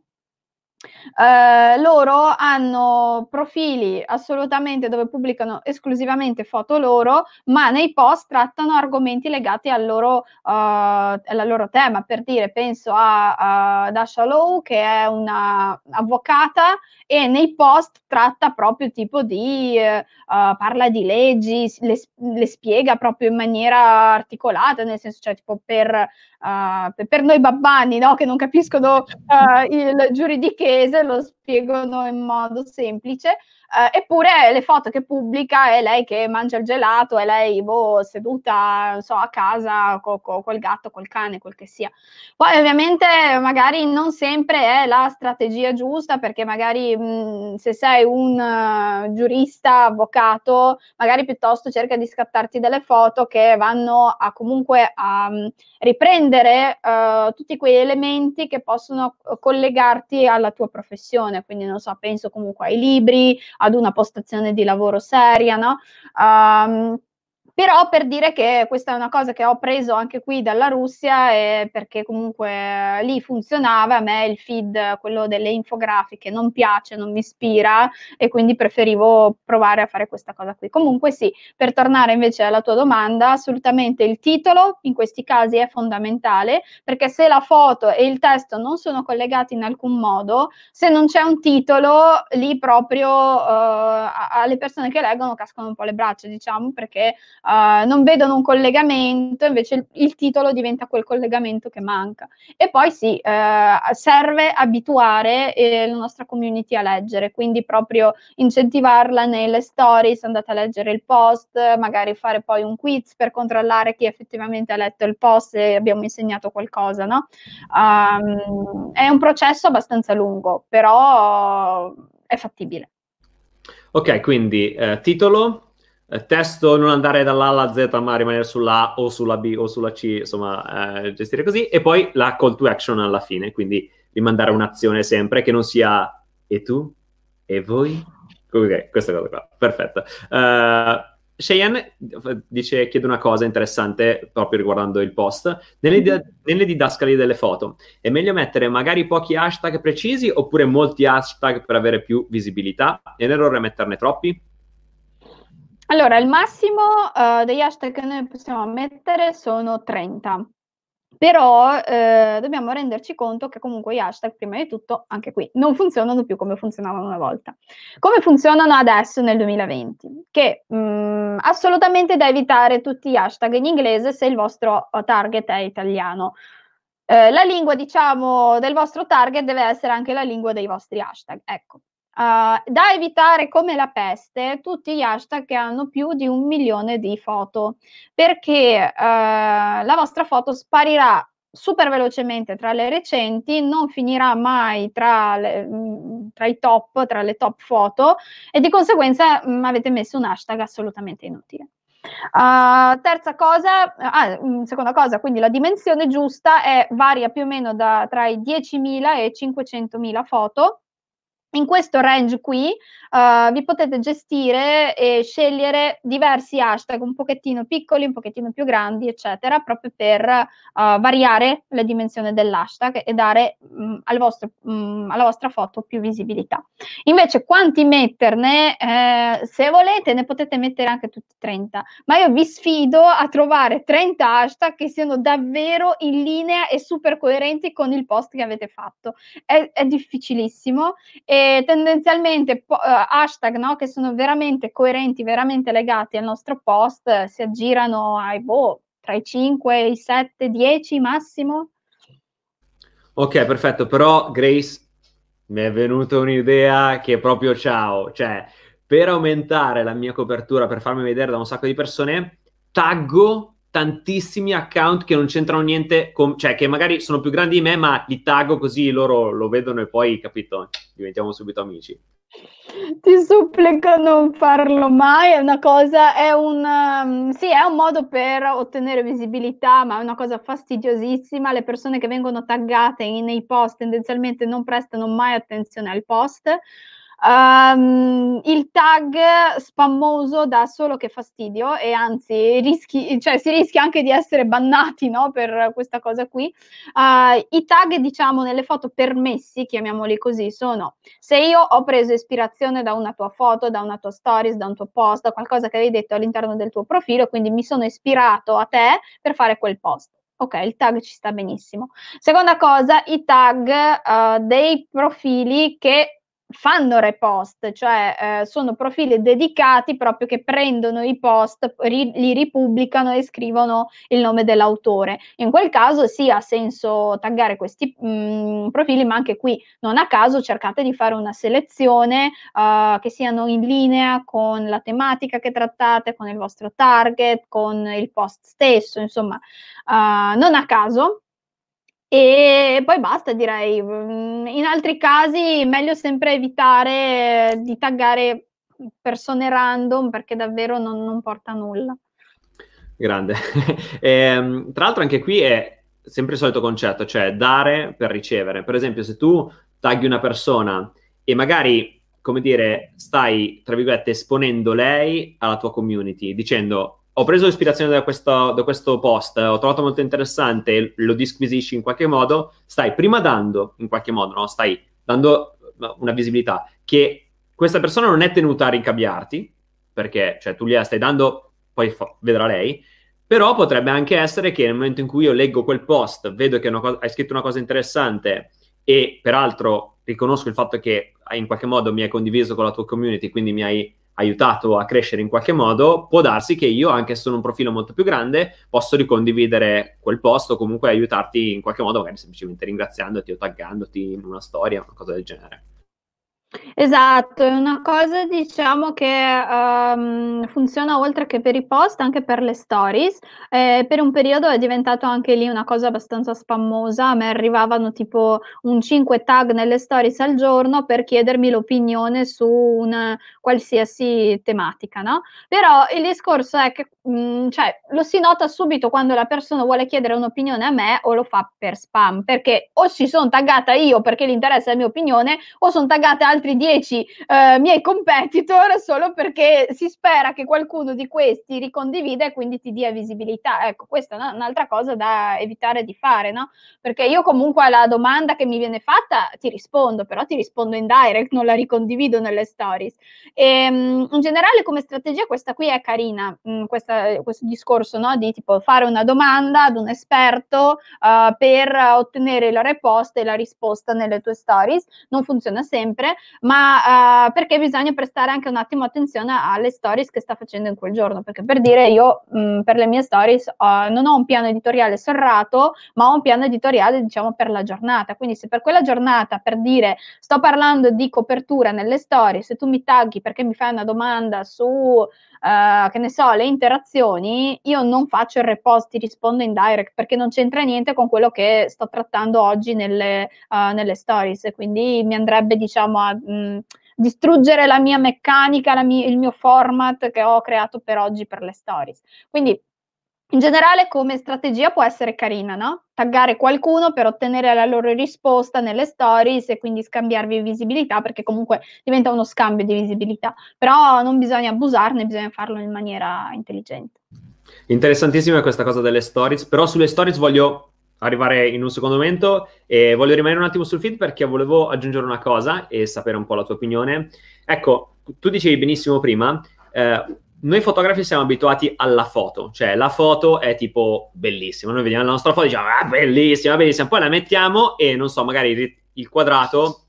Ehm, loro hanno profili assolutamente dove pubblicano esclusivamente foto loro, ma nei post trattano argomenti legati al loro uhm, al loro tema. Per dire, penso a a Dasha Low, che è una avvocata e nei post tratta proprio tipo di ehm, uhm, parla di leggi, s le s le spiega proprio in maniera articolata, nel senso, cioè tipo per uhm, pe per noi babbani, no, che non capiscono uhm, il giuridichese, lo spiegano in modo semplice, uhm, eppure le foto che pubblica è lei che mangia il gelato, è lei, boh, seduta, non so, a casa co co col gatto, col cane, quel che sia. Poi ovviamente magari non sempre è la strategia giusta, perché magari, mhmm, se sei un uh, giurista, avvocato, magari piuttosto cerca di scattarti delle foto che vanno a comunque a, mhmm, riprendere uh, tutti quegli elementi che possono uh, collegarti alla tua professione, quindi non so, penso comunque ai libri, ad una postazione di lavoro seria, no? Um, però per dire che questa è una cosa che ho preso anche qui dalla Russia, e perché comunque lì funzionava, a me il feed, quello delle infografiche, non piace, non mi ispira e quindi preferivo provare a fare questa cosa qui. Comunque sì, per tornare invece alla tua domanda, assolutamente il titolo in questi casi è fondamentale, perché se la foto e il testo non sono collegati in alcun modo, se non c'è un titolo, lì proprio uh, alle persone che leggono cascano un po' le braccia, diciamo, perché uh, non vedono un collegamento, invece il, il titolo diventa quel collegamento che manca. E poi sì, uh, serve abituare eh, la nostra community a leggere, quindi proprio incentivarla nelle stories, andate a leggere il post, magari fare poi un quiz per controllare chi effettivamente ha letto il post e abbiamo insegnato qualcosa, no? Um, è un processo abbastanza lungo, però è fattibile. Ok, quindi eh, titolo, eh, testo, non andare dall'A alla Z, ma rimanere sulla A o sulla B o sulla C, insomma, eh, gestire così. E poi la call to action alla fine, quindi rimandare un'azione sempre che non sia e tu? E voi? Ok, questa cosa qua, perfetto. Uh, Cheyenne dice, chiede una cosa interessante proprio riguardando il post. Nelle, di- nelle didascalie delle foto, è meglio mettere magari pochi hashtag precisi oppure molti hashtag per avere più visibilità? È un errore metterne troppi? Allora, il massimo uh, degli hashtag che noi possiamo mettere sono trenta. Però eh, dobbiamo renderci conto che comunque gli hashtag, prima di tutto, anche qui, non funzionano più come funzionavano una volta. Come funzionano adesso nel duemilaventi? Che mh, assolutamente da evitare tutti gli hashtag in inglese se il vostro target è italiano. Eh, la lingua, diciamo, del vostro target deve essere anche la lingua dei vostri hashtag. Ecco. Uh, da evitare come la peste tutti gli hashtag che hanno più di un milione di foto, perché uh, la vostra foto sparirà super velocemente tra le recenti, non finirà mai tra, le, mh, tra i top, tra le top foto, e di conseguenza mh, avete messo un hashtag assolutamente inutile. Uh, terza cosa, ah, seconda cosa, quindi la dimensione giusta è varia più o meno da, tra i diecimila e cinquecentomila foto. In questo range qui uh, vi potete gestire e scegliere diversi hashtag un pochettino piccoli, un pochettino più grandi, eccetera, proprio per uh, variare la dimensione dell'hashtag e dare mh, al vostro, mh, alla vostra foto più visibilità. Invece quanti metterne, eh, se volete ne potete mettere anche tutti trenta, ma io vi sfido a trovare trenta hashtag che siano davvero in linea e super coerenti con il post che avete fatto. È, è difficilissimo. E tendenzialmente po- uh, hashtag, no, che sono veramente coerenti, veramente legati al nostro post, eh, si aggirano ai boh, tra i cinque, i sette, dieci massimo. Ok, perfetto, però Grace mi è venuta un'idea che è proprio ciao, cioè per aumentare la mia copertura, per farmi vedere da un sacco di persone, taggo tantissimi account che non c'entrano niente, con, cioè che magari sono più grandi di me, ma li taggo così loro lo vedono e poi, capito, diventiamo subito amici. Ti supplico non farlo mai, è una cosa, è un, um, sì, è un modo per ottenere visibilità, ma è una cosa fastidiosissima. Le persone che vengono taggate in, nei post tendenzialmente non prestano mai attenzione al post. Um, il tag spammoso dà solo che fastidio e anzi rischi, cioè, si rischia anche di essere bannati, no, per questa cosa qui. Uh, I tag, diciamo, nelle foto permessi, chiamiamoli così, sono: se io ho preso ispirazione da una tua foto, da una tua stories, da un tuo post, da qualcosa che avevi detto all'interno del tuo profilo, quindi mi sono ispirato a te per fare quel post. Ok, il tag ci sta benissimo. Seconda cosa, i tag uh, dei profili che fanno repost, cioè eh, sono profili dedicati proprio che prendono i post, ri- li ripubblicano e scrivono il nome dell'autore. In quel caso sì, ha senso taggare questi mh, profili, ma anche qui non a caso cercate di fare una selezione uh, che siano in linea con la tematica che trattate, con il vostro target, con il post stesso, insomma, uh, non a caso. E poi basta, direi. In altri casi meglio sempre evitare di taggare persone random perché davvero non, non porta a nulla. Grande. E, tra l'altro anche qui è sempre il solito concetto, cioè dare per ricevere. Per esempio, se tu tagli una persona e magari, come dire, stai, tra virgolette, esponendo lei alla tua community, dicendo ho preso ispirazione da questo, da questo post, ho trovato molto interessante, lo disquisisci in qualche modo, stai prima dando, in qualche modo, no? Stai dando una visibilità che questa persona non è tenuta a ricambiarti, perché cioè, tu gliela stai dando, poi fa- vedrà lei, però potrebbe anche essere che nel momento in cui io leggo quel post, vedo che co- hai scritto una cosa interessante e peraltro riconosco il fatto che in qualche modo mi hai condiviso con la tua community, quindi mi hai aiutato a crescere in qualche modo, può darsi che io, anche se sono un profilo molto più grande, posso ricondividere quel post o comunque aiutarti in qualche modo, magari semplicemente ringraziandoti o taggandoti in una storia, una cosa del genere. Esatto, è una cosa diciamo che um, funziona oltre che per i post, anche per le stories. Eh, per un periodo è diventato anche lì una cosa abbastanza spammosa. A me arrivavano tipo un cinque tag nelle stories al giorno per chiedermi l'opinione su una qualsiasi tematica, no? Però il discorso è che mh, cioè, lo si nota subito quando la persona vuole chiedere un'opinione a me o lo fa per spam, perché o ci sono taggata io perché gli interessa la mia opinione o sono taggate altre altri dieci uh, miei competitor solo perché si spera che qualcuno di questi ricondivida e quindi ti dia visibilità. Ecco, questa è un'altra cosa da evitare di fare, no? Perché io comunque alla domanda che mi viene fatta ti rispondo, però ti rispondo in direct, non la ricondivido nelle stories. E, um, in generale come strategia questa qui è carina, um, questa, questo discorso, no? Di tipo fare una domanda ad un esperto uh, per ottenere la reposta e la risposta nelle tue stories. Non funziona sempre, ma uh, perché bisogna prestare anche un attimo attenzione alle stories che sta facendo in quel giorno, perché per dire io mh, per le mie stories uh, non ho un piano editoriale serrato, ma ho un piano editoriale diciamo per la giornata, quindi se per quella giornata, per dire, sto parlando di copertura nelle stories, se tu mi tagghi perché mi fai una domanda su uh, che ne so, le interazioni, io non faccio il repost, ti rispondo in direct perché non c'entra niente con quello che sto trattando oggi nelle, uh, nelle stories, e quindi mi andrebbe diciamo a mh, distruggere la mia meccanica, la mia, il mio format che ho creato per oggi per le stories. Quindi in generale come strategia può essere carina, no? Taggare qualcuno per ottenere la loro risposta nelle stories e quindi scambiarvi visibilità, perché comunque diventa uno scambio di visibilità, però non bisogna abusarne, bisogna farlo in maniera intelligente. Interessantissima questa cosa delle stories, però sulle stories voglio arrivare in un secondo momento e voglio rimanere un attimo sul feed perché volevo aggiungere una cosa e sapere un po' la tua opinione. Ecco, tu dicevi benissimo prima, eh, noi fotografi siamo abituati alla foto, cioè la foto è tipo bellissima, noi vediamo la nostra foto e diciamo ah, bellissima, bellissima, poi la mettiamo e non so, magari il quadrato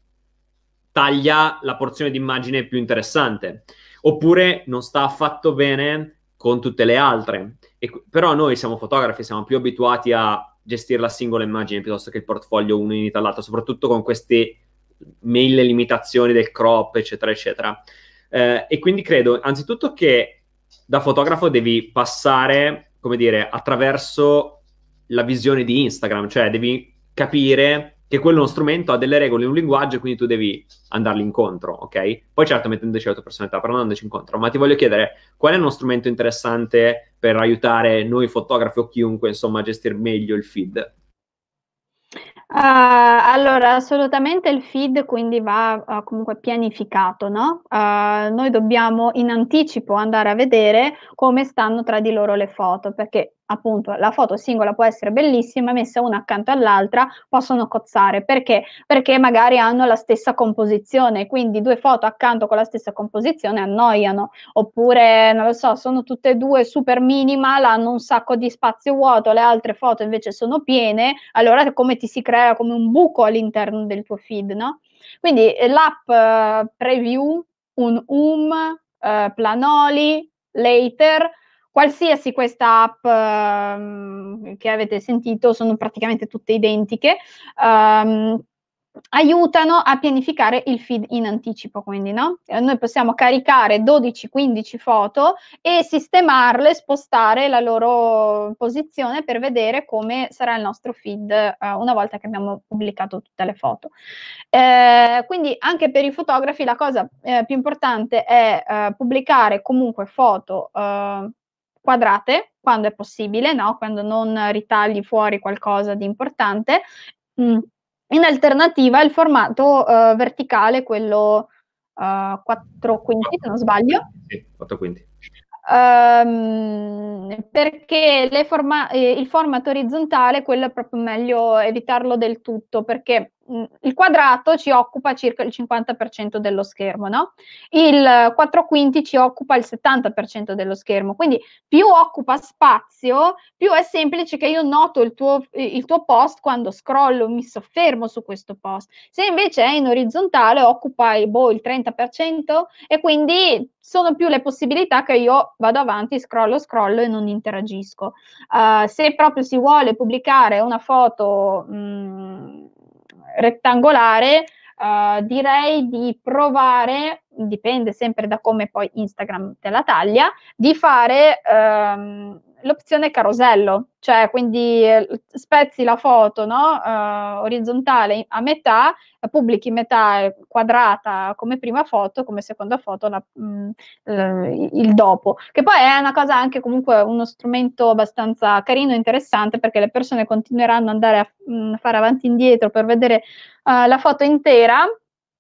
taglia la porzione di immagine più interessante, oppure non sta affatto bene con tutte le altre. E, però noi siamo fotografi, siamo più abituati a gestire la singola immagine piuttosto che il portfolio uno unito all'altro, soprattutto con queste mille limitazioni del crop, eccetera, eccetera. Eh, e quindi credo, anzitutto, che da fotografo devi passare, come dire, attraverso la visione di Instagram, cioè devi capire che quello è uno strumento, ha delle regole, un linguaggio, e quindi tu devi andarli incontro, ok? Poi certo mettendoci la tua personalità, però non andarci incontro. Ma ti voglio chiedere, qual è uno strumento interessante per aiutare noi fotografi o chiunque, insomma, a gestire meglio il feed? Uh, allora, assolutamente il feed quindi va uh, comunque pianificato, no? Uh, noi dobbiamo in anticipo andare a vedere come stanno tra di loro le foto, perché appunto la foto singola può essere bellissima, messa una accanto all'altra possono cozzare. Perché? Perché magari hanno la stessa composizione, quindi due foto accanto con la stessa composizione annoiano, oppure non lo so, sono tutte e due super minimal, hanno un sacco di spazio vuoto, le altre foto invece sono piene, allora come ti si crea come un buco all'interno del tuo feed, no? Quindi l'app uh, Preview, un Um, uh, Planoli, Later, qualsiasi questa app uh, che avete sentito, sono praticamente tutte identiche, um, aiutano a pianificare il feed in anticipo, quindi no? Noi possiamo caricare dodici quindici foto e sistemarle, spostare la loro posizione per vedere come sarà il nostro feed uh, una volta che abbiamo pubblicato tutte le foto. Eh, quindi anche per i fotografi la cosa eh, più importante è uh, pubblicare comunque foto uh, quadrate, quando è possibile, no? Quando non ritagli fuori qualcosa di importante. Mm. In alternativa il formato uh, verticale, quello uh, quattro quinti, se non sbaglio. Sì, quattro quinti. Um, perché le forma- eh, il format orizzontale, quello è proprio meglio evitarlo del tutto, perché mh, il quadrato ci occupa circa il cinquanta per cento dello schermo, no? Il quattro quinti ci occupa il settanta per cento dello schermo, quindi più occupa spazio, più è semplice che io noto il tuo, il tuo post quando scrollo, mi soffermo su questo post. Se invece è in orizzontale occupa boh, il trenta per cento e quindi sono più le possibilità che io vado avanti, scrollo, scrollo e non interagisco. Uh, se proprio si vuole pubblicare una foto mh, rettangolare, uh, direi di provare, dipende sempre da come poi Instagram te la taglia, di fare um, l'opzione carosello, cioè quindi eh, spezzi la foto, no? uh, orizzontale a metà, pubblichi metà quadrata come prima foto, come seconda foto la, mh, il dopo, che poi è una cosa anche comunque uno strumento abbastanza carino e interessante, perché le persone continueranno ad andare a mh, fare avanti e indietro per vedere uh, la foto intera,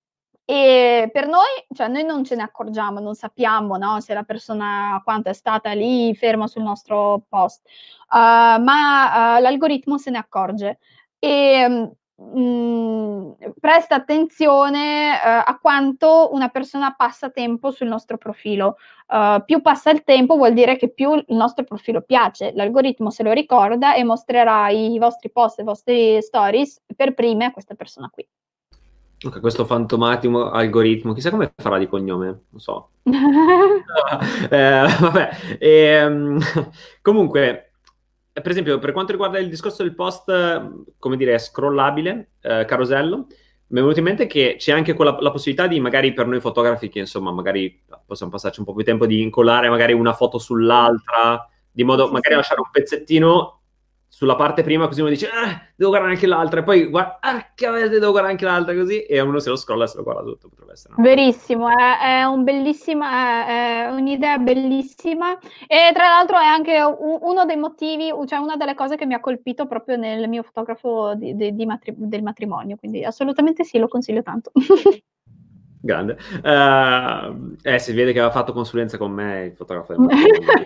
E per noi, cioè noi non ce ne accorgiamo, non sappiamo, no, se la persona quanto è stata lì ferma sul nostro post, uh, ma uh, l'algoritmo se ne accorge e mh, presta attenzione uh, a quanto una persona passa tempo sul nostro profilo. Uh, più passa il tempo vuol dire che più il nostro profilo piace, l'algoritmo se lo ricorda e mostrerà i vostri post, i vostri stories per prime a questa persona qui. Ok, questo fantomatico algoritmo, chissà come farà di cognome, non so. eh, vabbè, e, comunque, per esempio, per quanto riguarda il discorso del post, come dire, scrollabile, eh, carosello, mi è venuto in mente che c'è anche quella, la possibilità di, magari per noi fotografi, che insomma, magari possiamo passarci un po' più di tempo, di incollare magari una foto sull'altra, di modo sì, magari sì. lasciare un pezzettino sulla parte prima, così uno dice, ah, devo guardare anche l'altra, e poi guarda, ah, che avete, devo guardare anche l'altra, così, e uno se lo scrolla e se lo guarda tutto, potrebbe essere una cosa. Verissimo, è, è un bellissima, è, è un'idea bellissima e tra l'altro è anche u- uno dei motivi, cioè una delle cose che mi ha colpito proprio nel mio fotografo di, di- di matri- del matrimonio, quindi assolutamente sì, lo consiglio tanto. Grande. Uh, eh, si vede che aveva fatto consulenza con me, il fotografo del matrimonio.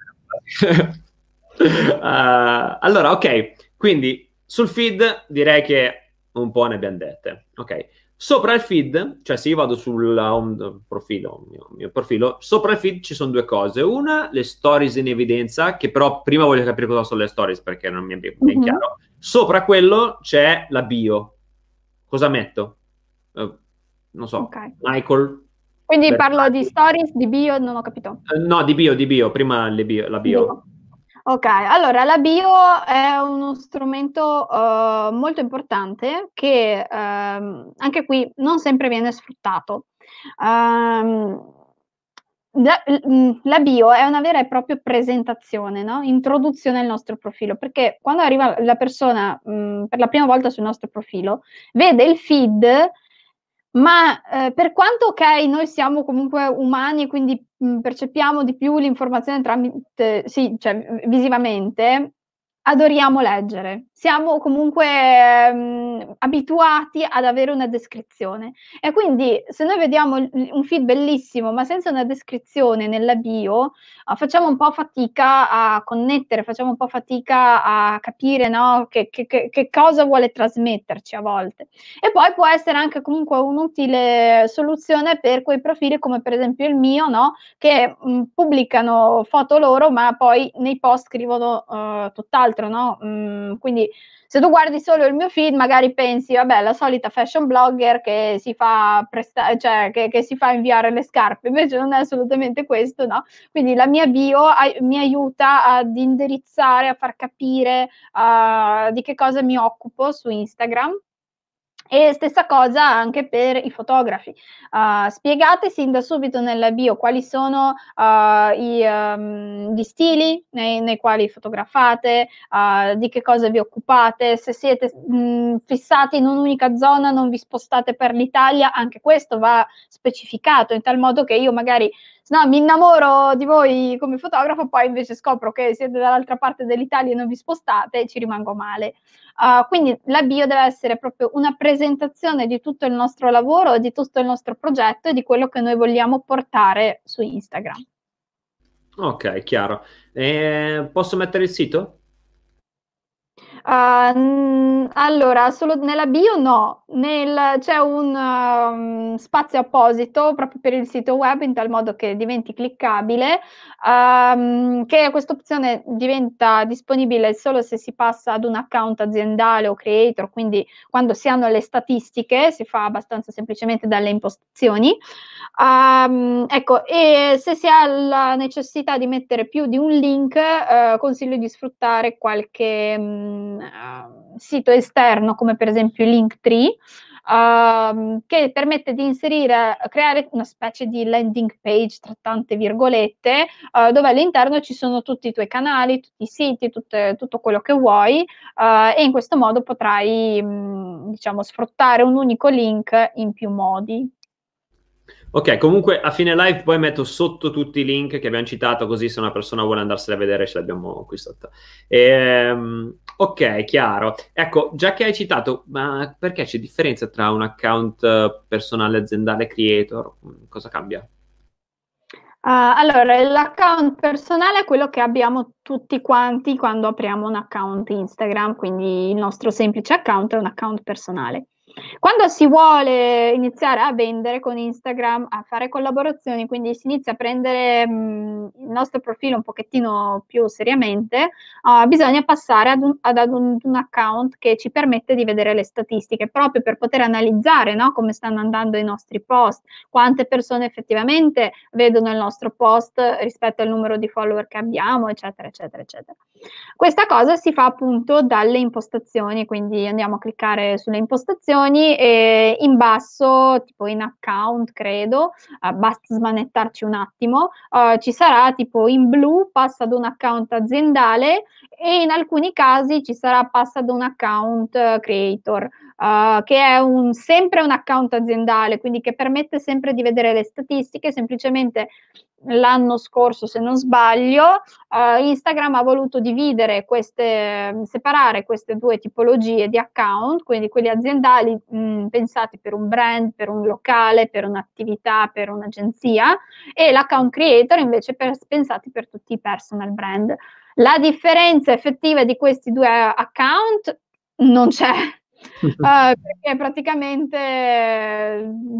uh, allora, ok, quindi sul feed direi che un po' ne abbiamo dette. Ok, sopra il feed, cioè se io vado sul home profilo, mio, mio profilo, sopra il feed ci sono due cose. Una, le stories in evidenza, che però prima voglio capire cosa sono le stories perché non mi è ben Mhm. chiaro. Sopra quello c'è la bio. Cosa metto? Uh, non so, Ok, Michael. quindi parlo di Versace. stories, di bio, non ho capito. Eh, No, di bio, di bio, prima le bio- la bio. Bio. Ok, allora la bio è uno strumento eh, molto importante che ehm, anche qui non sempre viene sfruttato. Ehm, la, l- la bio è una vera e propria presentazione, no? Introduzione al nostro profilo, perché quando arriva la persona mh, per la prima volta sul nostro profilo, vede il feed, ma eh, per quanto ok, noi siamo comunque umani e quindi mh, percepiamo di più l'informazione tramite, sì, cioè visivamente, adoriamo leggere. Siamo comunque mh, abituati ad avere una descrizione. E quindi se noi vediamo il- un feed bellissimo, ma senza una descrizione nella bio, eh, facciamo un po' fatica a connettere, facciamo un po' fatica a capire, no, che, che- che- che cosa vuole trasmetterci a volte. E poi può essere anche comunque un'utile soluzione per quei profili come per esempio il mio, no? Che mh, pubblicano foto loro, ma poi nei post scrivono uh, tutt'altro, no? Mm, quindi se tu guardi solo il mio feed, magari pensi, vabbè, la solita fashion blogger che si fa presta- cioè che, che si fa inviare le scarpe, invece non è assolutamente questo, no? Quindi la mia bio ai- mi aiuta ad indirizzare, a far capire uh, di che cosa mi occupo su Instagram. E stessa cosa anche per i fotografi. Uh, spiegate sin da subito nella bio quali sono uh, i, um, gli stili nei, nei quali fotografate, uh, di che cosa vi occupate, se siete mh, fissati in un'unica zona, non vi spostate per l'Italia, anche questo va specificato in tal modo che io magari no, mi innamoro di voi come fotografo, poi invece scopro che siete dall'altra parte dell'Italia e non vi spostate e ci rimango male. Uh, quindi la bio deve essere proprio una presentazione di tutto il nostro lavoro, di tutto il nostro progetto e di quello che noi vogliamo portare su Instagram. Ok, chiaro. Eh, posso mettere il sito? Uh, allora, solo nella bio no, Nel, c'è un um, spazio apposito proprio per il sito web in tal modo che diventi cliccabile, um, che questa opzione diventa disponibile solo se si passa ad un account aziendale o creator, quindi quando si hanno le statistiche si fa abbastanza semplicemente dalle impostazioni. Um, ecco, e se si ha la necessità di mettere più di un link, eh, consiglio di sfruttare qualche mh, uh, sito esterno, come per esempio Linktree, uh, che permette di inserire, creare una specie di landing page, tra tante virgolette, uh, dove all'interno ci sono tutti i tuoi canali, tutti i siti, tutte, tutto quello che vuoi, uh, e in questo modo potrai, mh, diciamo, sfruttare un unico link in più modi. Ok, comunque a fine live poi metto sotto tutti i link che abbiamo citato, così se una persona vuole andarsene a vedere ce l'abbiamo qui sotto. Ehm, ok, chiaro. Ecco, già che hai citato, ma perché c'è differenza tra un account eh, personale aziendale creator? Cosa cambia? Uh, allora, l'account personale è quello che abbiamo tutti quanti quando apriamo un account Instagram, quindi il nostro semplice account è un account personale. Quando si vuole iniziare a vendere con Instagram, a fare collaborazioni, quindi si inizia a prendere mh, il nostro profilo un pochettino più seriamente, uh, bisogna passare ad un, ad un, un account che ci permette di vedere le statistiche, proprio per poter analizzare, no, come stanno andando i nostri post, quante persone effettivamente vedono il nostro post rispetto al numero di follower che abbiamo, eccetera, eccetera, eccetera. Questa cosa si fa appunto dalle impostazioni, quindi andiamo a cliccare sulle impostazioni e in basso, tipo in account, credo, eh, basta smanettarci un attimo, eh, ci sarà tipo in blu passa ad un account aziendale e in alcuni casi ci sarà passa ad un account uh, creator. Uh, che è un, sempre un account aziendale, quindi che permette sempre di vedere le statistiche, semplicemente l'anno scorso, se non sbaglio, uh, Instagram ha voluto dividere queste, separare queste due tipologie di account, quindi quelli aziendali mh, pensati per un brand, per un locale, per un'attività, per un'agenzia, e l'account creator invece per, pensati per tutti i personal brand. La differenza effettiva di questi due account non c'è, uh, perché praticamente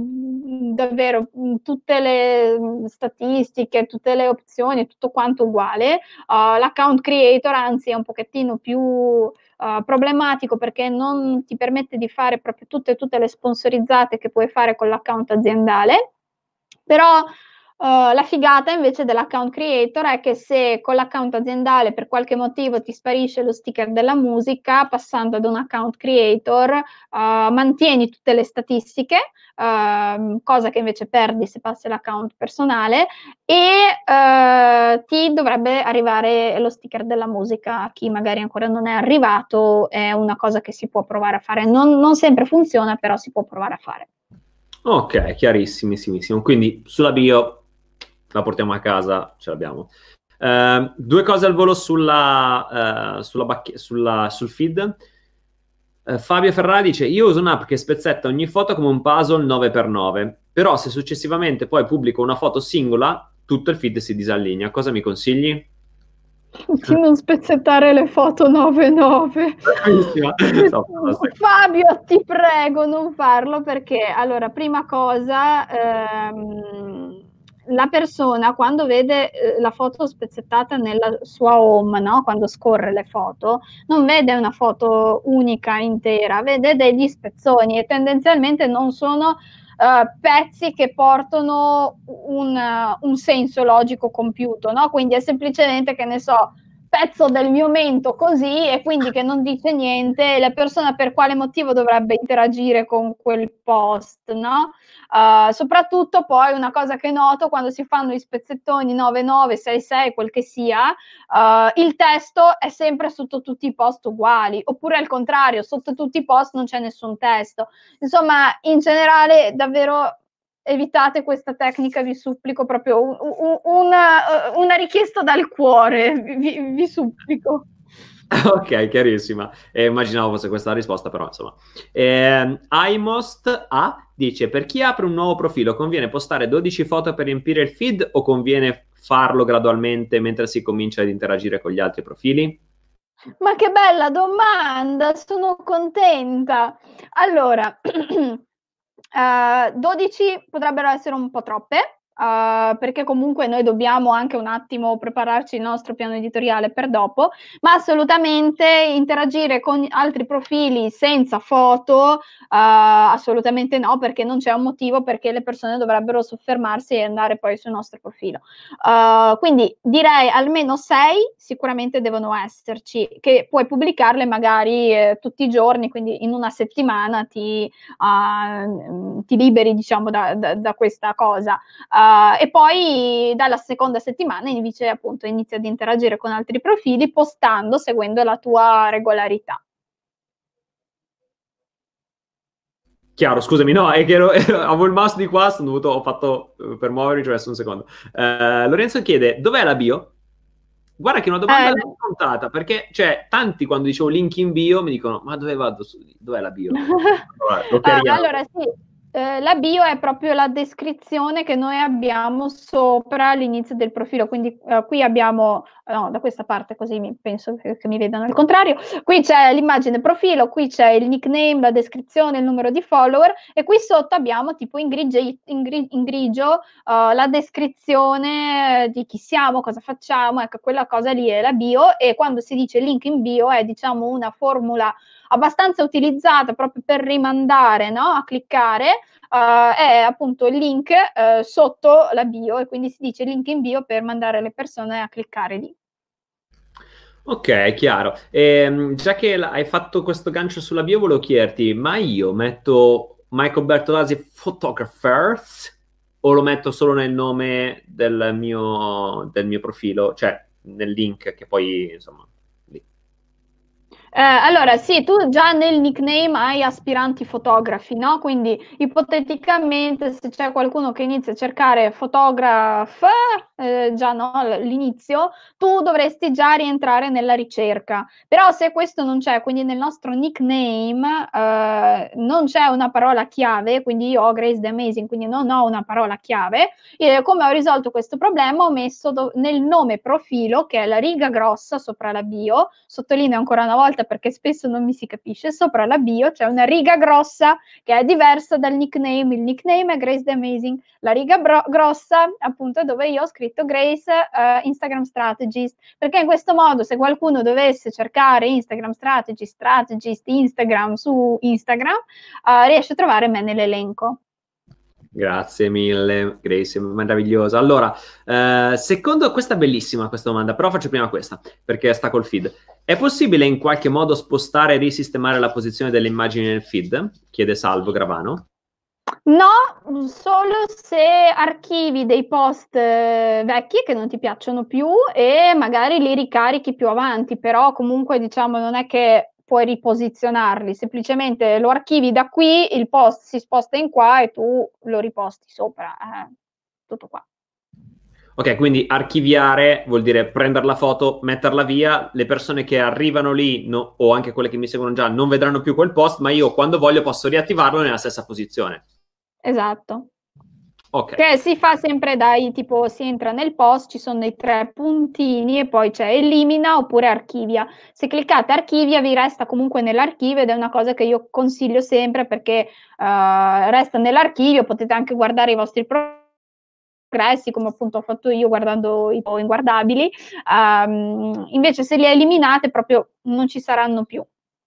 mh, davvero mh, tutte le mh, statistiche, tutte le opzioni, tutto quanto uguale. Uh, l'account creator anzi è un pochettino più uh, problematico perché non ti permette di fare proprio tutte, tutte le sponsorizzate che puoi fare con l'account aziendale, però Uh, la figata invece dell'account creator è che se con l'account aziendale per qualche motivo ti sparisce lo sticker della musica, passando ad un account creator uh, mantieni tutte le statistiche, uh, cosa che invece perdi se passi all'account personale, e uh, ti dovrebbe arrivare lo sticker della musica. A chi magari ancora non è arrivato, è una cosa che si può provare a fare. Non, non sempre funziona, però si può provare a fare. Ok, chiarissimissimo. Quindi sulla bio la portiamo a casa, ce l'abbiamo. Uh, due cose al volo sulla, uh, sulla bacche- sulla, sul feed. Uh, Fabio Ferrari dice: io uso un'app che spezzetta ogni foto come un puzzle nove per nove, però se successivamente poi pubblico una foto singola, tutto il feed si disallinea. Cosa mi consigli? Di non spezzettare le foto nove nove. Bravissima. Fabio, ti prego, non farlo perché, allora, prima cosa, ehm, la persona quando vede eh, la foto spezzettata nella sua home, no? Quando scorre le foto, non vede una foto unica, intera, vede degli spezzoni e tendenzialmente non sono Uh, pezzi che portano un, uh, un senso logico compiuto, no? Quindi è semplicemente, che ne so, pezzo del mio mento così e quindi che non dice niente, la persona per quale motivo dovrebbe interagire con quel post, no? Uh, soprattutto poi una cosa che noto quando si fanno i spezzettoni nove nove, sei sei, quel che sia, uh, il testo è sempre sotto tutti i post uguali, oppure al contrario, sotto tutti i post non c'è nessun testo. Insomma, in generale, davvero evitate questa tecnica, vi supplico, proprio un, un, una, una richiesta dal cuore, vi, vi supplico. Ok, chiarissima. Eh, immaginavo fosse questa la risposta, però insomma. Eh, iMost A dice: per chi apre un nuovo profilo conviene postare dodici foto per riempire il feed o conviene farlo gradualmente mentre si comincia ad interagire con gli altri profili? Ma che bella domanda, sono contenta. Allora, uh, dodici potrebbero essere un po' troppe, uh, perché comunque noi dobbiamo anche un attimo prepararci il nostro piano editoriale per dopo, ma assolutamente interagire con altri profili senza foto, uh, assolutamente no, perché non c'è un motivo perché le persone dovrebbero soffermarsi e andare poi sul nostro profilo. Uh, quindi direi almeno sei sicuramente devono esserci, che puoi pubblicarle magari eh, tutti i giorni, quindi in una settimana ti, uh, ti liberi diciamo da, da, da questa cosa. Uh, e poi dalla seconda settimana invece appunto inizi ad interagire con altri profili postando seguendo la tua regolarità. Chiaro, scusami, no, è che ero, avevo il mouse di qua, sono dovuto, ho fatto, per muovermi ci ho messo un secondo. Eh, Lorenzo chiede, dov'è la bio? Guarda che è una domanda Eh, non scontata, perché, cioè, tanti quando dicevo link in bio mi dicono, ma dove vado? su- Dov'è la bio? Allora, lo Ah, chiariamo. allora sì, eh, la bio è proprio la descrizione che noi abbiamo sopra l'inizio del profilo, quindi eh, qui abbiamo, no, da questa parte così mi, penso che, che mi vedano al contrario, qui c'è l'immagine profilo, qui c'è il nickname, la descrizione, il numero di follower e qui sotto abbiamo tipo in, grigi, in, gri, in grigio uh, la descrizione di chi siamo, cosa facciamo, ecco quella cosa lì è la bio e quando si dice link in bio è diciamo una formula abbastanza utilizzata proprio per rimandare, no? A cliccare, uh, è appunto il link uh, sotto la bio e quindi si dice link in bio per mandare le persone a cliccare lì. Ok, chiaro. Ehm, già che l- hai fatto questo gancio sulla bio, volevo chiederti, ma io metto Michael Bertolasi Photographers o lo metto solo nel nome del mio, del mio profilo, cioè nel link che poi, insomma, lì. Eh, allora, sì, tu già nel nickname hai aspiranti fotografi, no? Quindi ipoteticamente se c'è qualcuno che inizia a cercare photograph, eh, già no, l'inizio, tu dovresti già rientrare nella ricerca. Però se questo non c'è, quindi nel nostro nickname eh, non c'è una parola chiave, quindi io ho Grace the Amazing, quindi non ho una parola chiave, e come ho risolto questo problema? Ho messo do- nel nome profilo, che è la riga grossa sopra la bio, sottolineo ancora una volta perché spesso non mi si capisce, sopra la bio c'è una riga grossa che è diversa dal nickname, il nickname è Grace the Amazing, la riga bro- grossa appunto è dove io ho scritto Grace uh, Instagram Strategist, perché in questo modo se qualcuno dovesse cercare Instagram Strategist, Strategist, Instagram su Instagram, uh, riesce a trovare me nell'elenco. Grazie mille, Gracie, meravigliosa. Allora, eh, secondo questa è bellissima questa domanda, però faccio prima questa, perché sta col feed. È possibile in qualche modo spostare e risistemare la posizione delle immagini nel feed? Chiede Salvo Gravano. No, solo se archivi dei post eh, vecchi che non ti piacciono più e magari li ricarichi più avanti, però comunque diciamo non è che puoi riposizionarli, semplicemente lo archivi da qui, il post si sposta in qua e tu lo riposti sopra. Eh, tutto qua. Ok, quindi archiviare vuol dire prendere la foto, metterla via, le persone che arrivano lì no, o anche quelle che mi seguono già non vedranno più quel post, ma io quando voglio posso riattivarlo nella stessa posizione. Esatto. Ok. Che si fa sempre dai tipo si entra nel post, ci sono i tre puntini e poi c'è elimina oppure archivia. Se cliccate archivia vi resta comunque nell'archivio ed è una cosa che io consiglio sempre perché uh, resta nell'archivio, potete anche guardare i vostri progressi come appunto ho fatto io guardando i inguardabili, um, invece se li eliminate proprio non ci saranno più.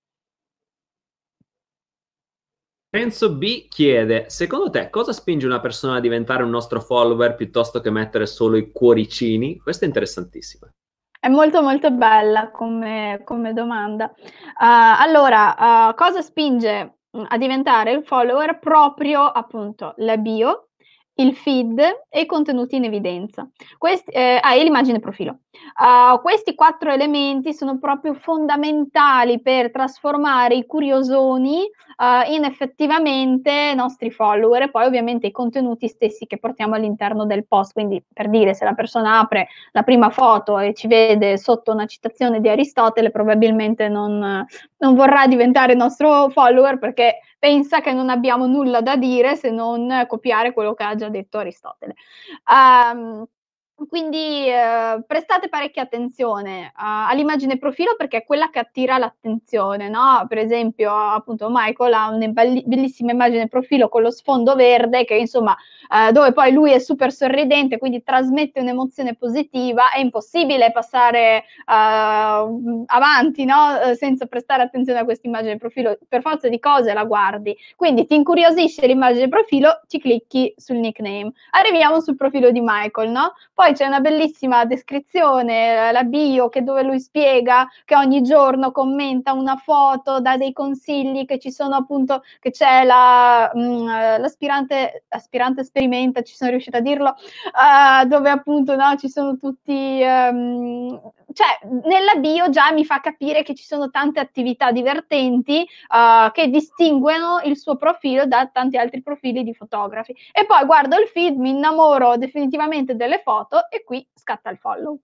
Penso B chiede, secondo te cosa spinge una persona a diventare un nostro follower piuttosto che mettere solo i cuoricini? Questa è interessantissima. È molto molto bella come, come domanda. Uh, allora, uh, cosa spinge mh, a diventare il follower? Proprio appunto la bio, il feed e i contenuti in evidenza. Questi, eh, ah, e l'immagine profilo. Uh, questi quattro elementi sono proprio fondamentali per trasformare i curiosoni uh, in effettivamente nostri follower e poi ovviamente i contenuti stessi che portiamo all'interno del post. Quindi per dire, se la persona apre la prima foto e ci vede sotto una citazione di Aristotele, probabilmente non, non vorrà diventare nostro follower perché pensa che non abbiamo nulla da dire se non copiare quello che ha già detto Aristotele. Um, quindi eh, prestate parecchia attenzione uh, all'immagine profilo perché è quella che attira l'attenzione, no? Per esempio, appunto, Michael ha una bellissima immagine profilo con lo sfondo verde che insomma Uh, dove poi lui è super sorridente, quindi trasmette un'emozione positiva, è impossibile passare uh, avanti, no? Uh, senza prestare attenzione a questa immagine profilo, per forza di cose la guardi, quindi ti incuriosisce l'immagine profilo, ci clicchi sul nickname. Arriviamo sul profilo di Michael, no? Poi c'è una bellissima descrizione, la bio, che dove lui spiega che ogni giorno commenta una foto, dà dei consigli, che ci sono appunto, che c'è la, mh, l'aspirante aspirante sperimenta, ci sono riuscita a dirlo, uh, dove appunto no, ci sono tutti um, cioè nella bio già mi fa capire che ci sono tante attività divertenti uh, che distinguono il suo profilo da tanti altri profili di fotografi. E poi guardo il feed, mi innamoro definitivamente delle foto e qui scatta il follow.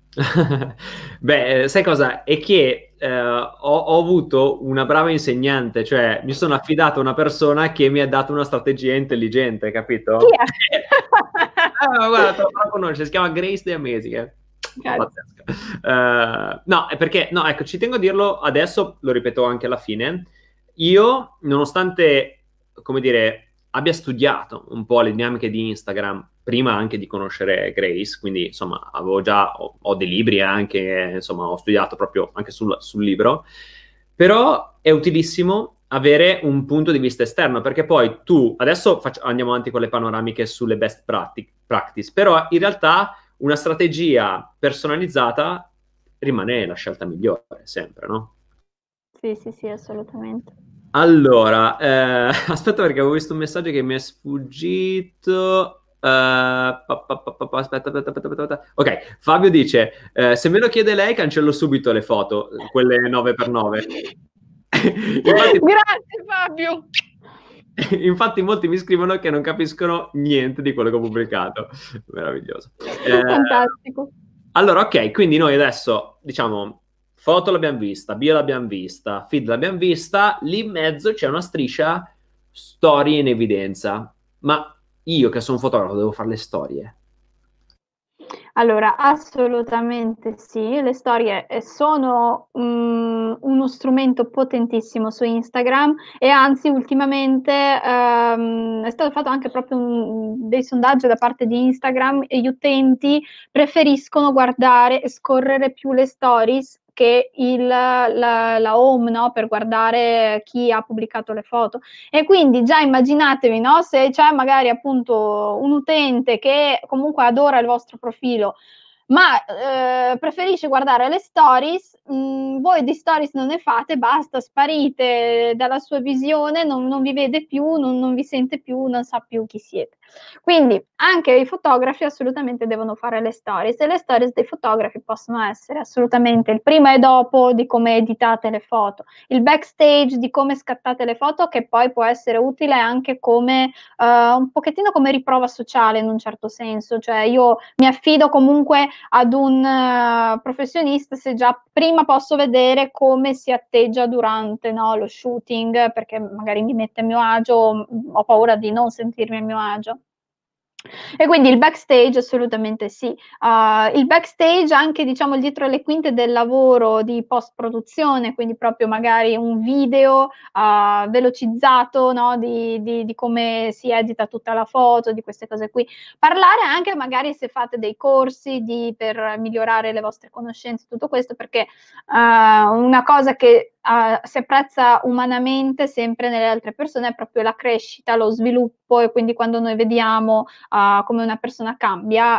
Beh, sai cosa? È che eh, ho, ho avuto una brava insegnante, cioè mi sono affidato a una persona che mi ha dato una strategia intelligente, capito? Chi è? Ah, guarda, te la conosci, si chiama Grace De Amazing. Eh. Pazzesca. Uh, no, è perché, no, ecco, ci tengo a dirlo adesso, lo ripeto anche alla fine. Io, nonostante, come dire, abbia studiato un po' le dinamiche di Instagram prima anche di conoscere Grace, quindi insomma avevo già, ho, ho dei libri anche, insomma ho studiato proprio anche sul, sul libro, però è utilissimo avere un punto di vista esterno, perché poi tu, adesso faccio, andiamo avanti con le panoramiche sulle best practice, practice, però in realtà una strategia personalizzata rimane la scelta migliore, sempre, no? Sì, sì, sì, assolutamente. Allora, eh, aspetta perché avevo visto un messaggio che mi è sfuggito. Uh, pa, pa, pa, pa, aspetta, aspetta, aspetta, aspetta. Ok, Fabio dice, eh, se me lo chiede lei cancello subito le foto, quelle nove per nove. Infatti, grazie Fabio. Infatti molti mi scrivono che non capiscono niente di quello che ho pubblicato. Meraviglioso. Eh, Fantastico. allora, ok, quindi noi adesso, diciamo, foto l'abbiamo vista, bio l'abbiamo vista, feed l'abbiamo vista, lì in mezzo c'è una striscia storie in evidenza. Ma io che sono un fotografo devo fare le storie? Allora, assolutamente sì, le storie sono um, uno strumento potentissimo su Instagram e anzi ultimamente um, è stato fatto anche proprio un, dei sondaggi da parte di Instagram e gli utenti preferiscono guardare e scorrere più le stories che il, la, la home, no? Per guardare chi ha pubblicato le foto. E quindi già immaginatevi, no? Se c'è magari appunto un utente che comunque adora il vostro profilo, ma eh, preferisce guardare le stories, mh, voi di stories non ne fate, basta, sparite dalla sua visione, non, non vi vede più, non, non vi sente più, non sa più chi siete. Quindi anche i fotografi assolutamente devono fare le stories e le stories dei fotografi possono essere assolutamente il prima e dopo di come editate le foto, il backstage di come scattate le foto, che poi può essere utile anche come uh, un pochettino come riprova sociale in un certo senso, cioè io mi affido comunque ad un uh, professionista se già prima posso vedere come si atteggia durante, no, lo shooting, perché magari mi mette a mio agio, ho paura di non sentirmi a mio agio. E quindi il backstage assolutamente sì. Uh, il backstage anche, diciamo, il dietro le quinte del lavoro di post-produzione, quindi proprio magari un video uh, velocizzato, no? di, di, di come si edita tutta la foto, di queste cose qui. Parlare anche magari se fate dei corsi di, per migliorare le vostre conoscenze, tutto questo, perché uh, una cosa che Uh, si apprezza umanamente sempre nelle altre persone è proprio la crescita, lo sviluppo, e quindi quando noi vediamo uh, come una persona cambia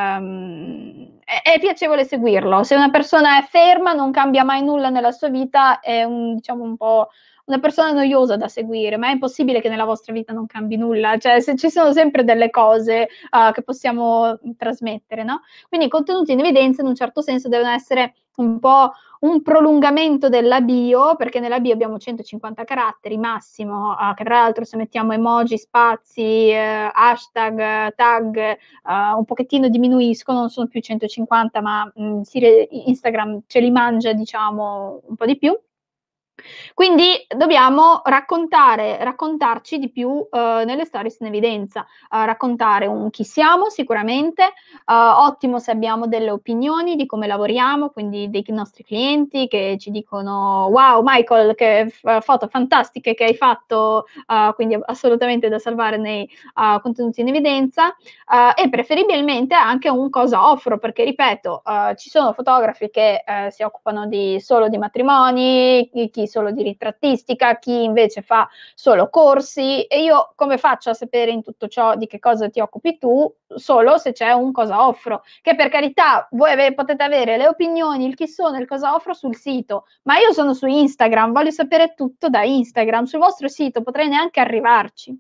um, è, è piacevole seguirlo. Se una persona è ferma, non cambia mai nulla nella sua vita, è un, diciamo un po' una persona noiosa da seguire, ma è impossibile che nella vostra vita non cambi nulla, cioè se ci sono sempre delle cose uh, che possiamo trasmettere, no? Quindi i contenuti in evidenza in un certo senso devono essere un po' un prolungamento della bio, perché nella bio abbiamo centocinquanta caratteri massimo, uh, che tra l'altro se mettiamo emoji, spazi, uh, hashtag, tag, uh, un pochettino diminuiscono, non sono più centocinquanta, ma mh, Instagram ce li mangia, diciamo, un po' di più. Quindi dobbiamo raccontare, raccontarci di più uh, nelle stories in evidenza, uh, raccontare un chi siamo sicuramente, uh, ottimo se abbiamo delle opinioni di come lavoriamo, quindi dei nostri clienti che ci dicono wow Michael che f- foto fantastiche che hai fatto, uh, quindi assolutamente da salvare nei uh, contenuti in evidenza, uh, e preferibilmente anche un cosa offro, perché ripeto, uh, ci sono fotografi che uh, si occupano di, solo di matrimoni, chi solo di ritrattistica, chi invece fa solo corsi, e io come faccio a sapere in tutto ciò di che cosa ti occupi tu? Solo se c'è un cosa offro, che per carità voi ave- potete avere le opinioni, il chi sono, il cosa offro sul sito, ma io sono su Instagram, voglio sapere tutto da Instagram, sul vostro sito potrei neanche arrivarci.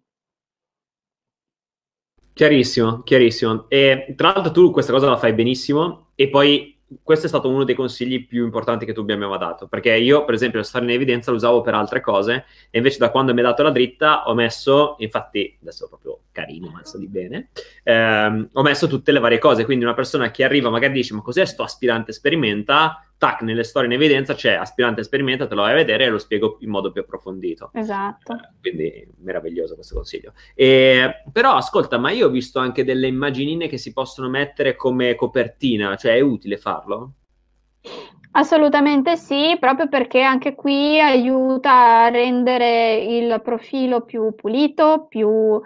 Chiarissimo, chiarissimo. E tra l'altro tu questa cosa la fai benissimo e poi questo è stato uno dei consigli più importanti che tu mi abbiamo dato, perché io, per esempio, la storia in evidenza lo usavo per altre cose, e invece da quando mi hai dato la dritta ho messo, infatti, adesso proprio carino, messo di bene, ehm, ho messo tutte le varie cose, quindi una persona che arriva magari dice, ma cos'è sto aspirante sperimenta? Tac, nelle storie in evidenza c'è aspirante sperimenta, te lo vai a vedere e lo spiego in modo più approfondito. Esatto. Eh, quindi meraviglioso questo consiglio. E, però ascolta, ma io ho visto anche delle immaginine che si possono mettere come copertina, cioè è utile farlo? Assolutamente sì, proprio perché anche qui aiuta a rendere il profilo più pulito, più,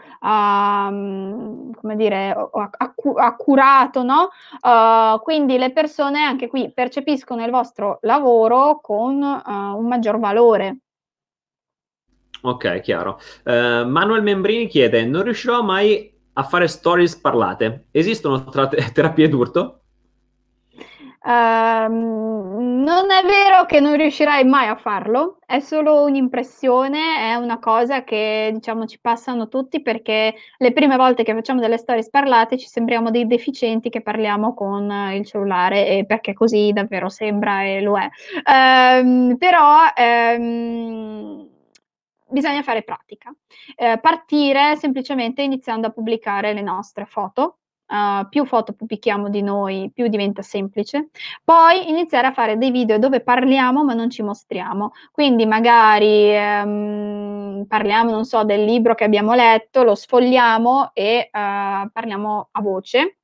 um, come dire, accu- accurato, no? Uh, quindi le persone anche qui percepiscono il vostro lavoro con uh, un maggior valore. Ok, chiaro. Uh, Manuel Membrini chiede, non riuscirò mai a fare stories parlate. Esistono tra- terapie d'urto? Um, non è vero che non riuscirai mai a farlo, è solo un'impressione, è una cosa che diciamo ci passano tutti, perché le prime volte che facciamo delle stories parlate ci sembriamo dei deficienti che parliamo con il cellulare, e perché così davvero sembra e lo è. Um, però um, bisogna fare pratica, eh, partire semplicemente iniziando a pubblicare le nostre foto. Uh, più foto pubblichiamo di noi, più diventa semplice. Poi iniziare a fare dei video dove parliamo ma non ci mostriamo, quindi magari um, parliamo, non so, del libro che abbiamo letto, lo sfogliamo e uh, parliamo a voce.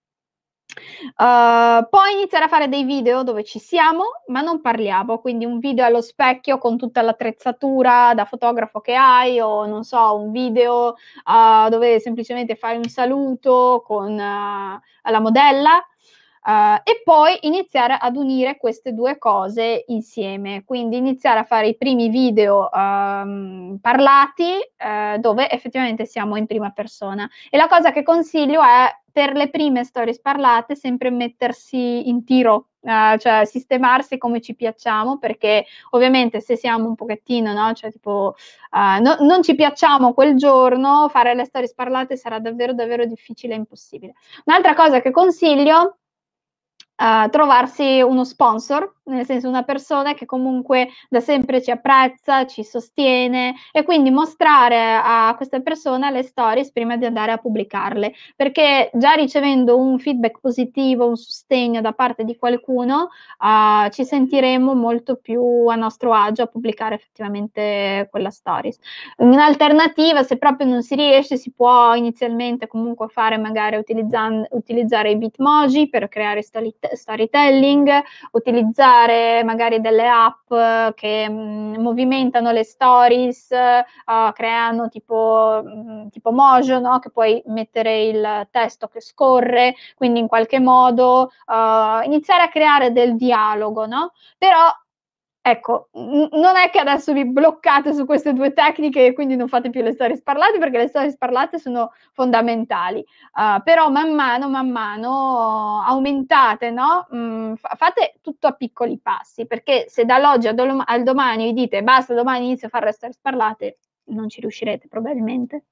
Uh, poi iniziare a fare dei video dove ci siamo ma non parliamo, quindi un video allo specchio con tutta l'attrezzatura da fotografo che hai, o non so, un video uh, dove semplicemente fai un saluto con uh, la modella. Uh, e poi iniziare ad unire queste due cose insieme, quindi iniziare a fare i primi video um, parlati uh, dove effettivamente siamo in prima persona. E la cosa che consiglio è, per le prime stories parlate, sempre mettersi in tiro, uh, cioè sistemarsi come ci piacciamo, perché ovviamente se siamo un pochettino, no, cioè tipo uh, no, non ci piacciamo quel giorno, fare le stories parlate sarà davvero davvero difficile e impossibile. Un'altra cosa che consiglio, Uh, trovarsi uno sponsor, nel senso una persona che comunque da sempre ci apprezza, ci sostiene, e quindi mostrare a questa persona le stories prima di andare a pubblicarle, perché già ricevendo un feedback positivo, un sostegno da parte di qualcuno, uh, ci sentiremo molto più a nostro agio a pubblicare effettivamente quella stories. In alternativa, se proprio non si riesce, si può inizialmente comunque fare magari utilizzando, utilizzare i Bitmoji per creare story storytelling, utilizzare magari delle app che mh, movimentano le stories, uh, creano tipo, mh, tipo Mojo, no? Che puoi mettere il testo che scorre, quindi in qualche modo uh, iniziare a creare del dialogo, no? Però ecco, n- non è che adesso vi bloccate su queste due tecniche e quindi non fate più le storie parlate, perché le storie parlate sono fondamentali, uh, però man mano, man mano aumentate, no? Mm, fa- fate tutto a piccoli passi, perché se dall'oggi al, dom- al domani vi dite basta, domani inizio a fare le storie parlate, non ci riuscirete probabilmente.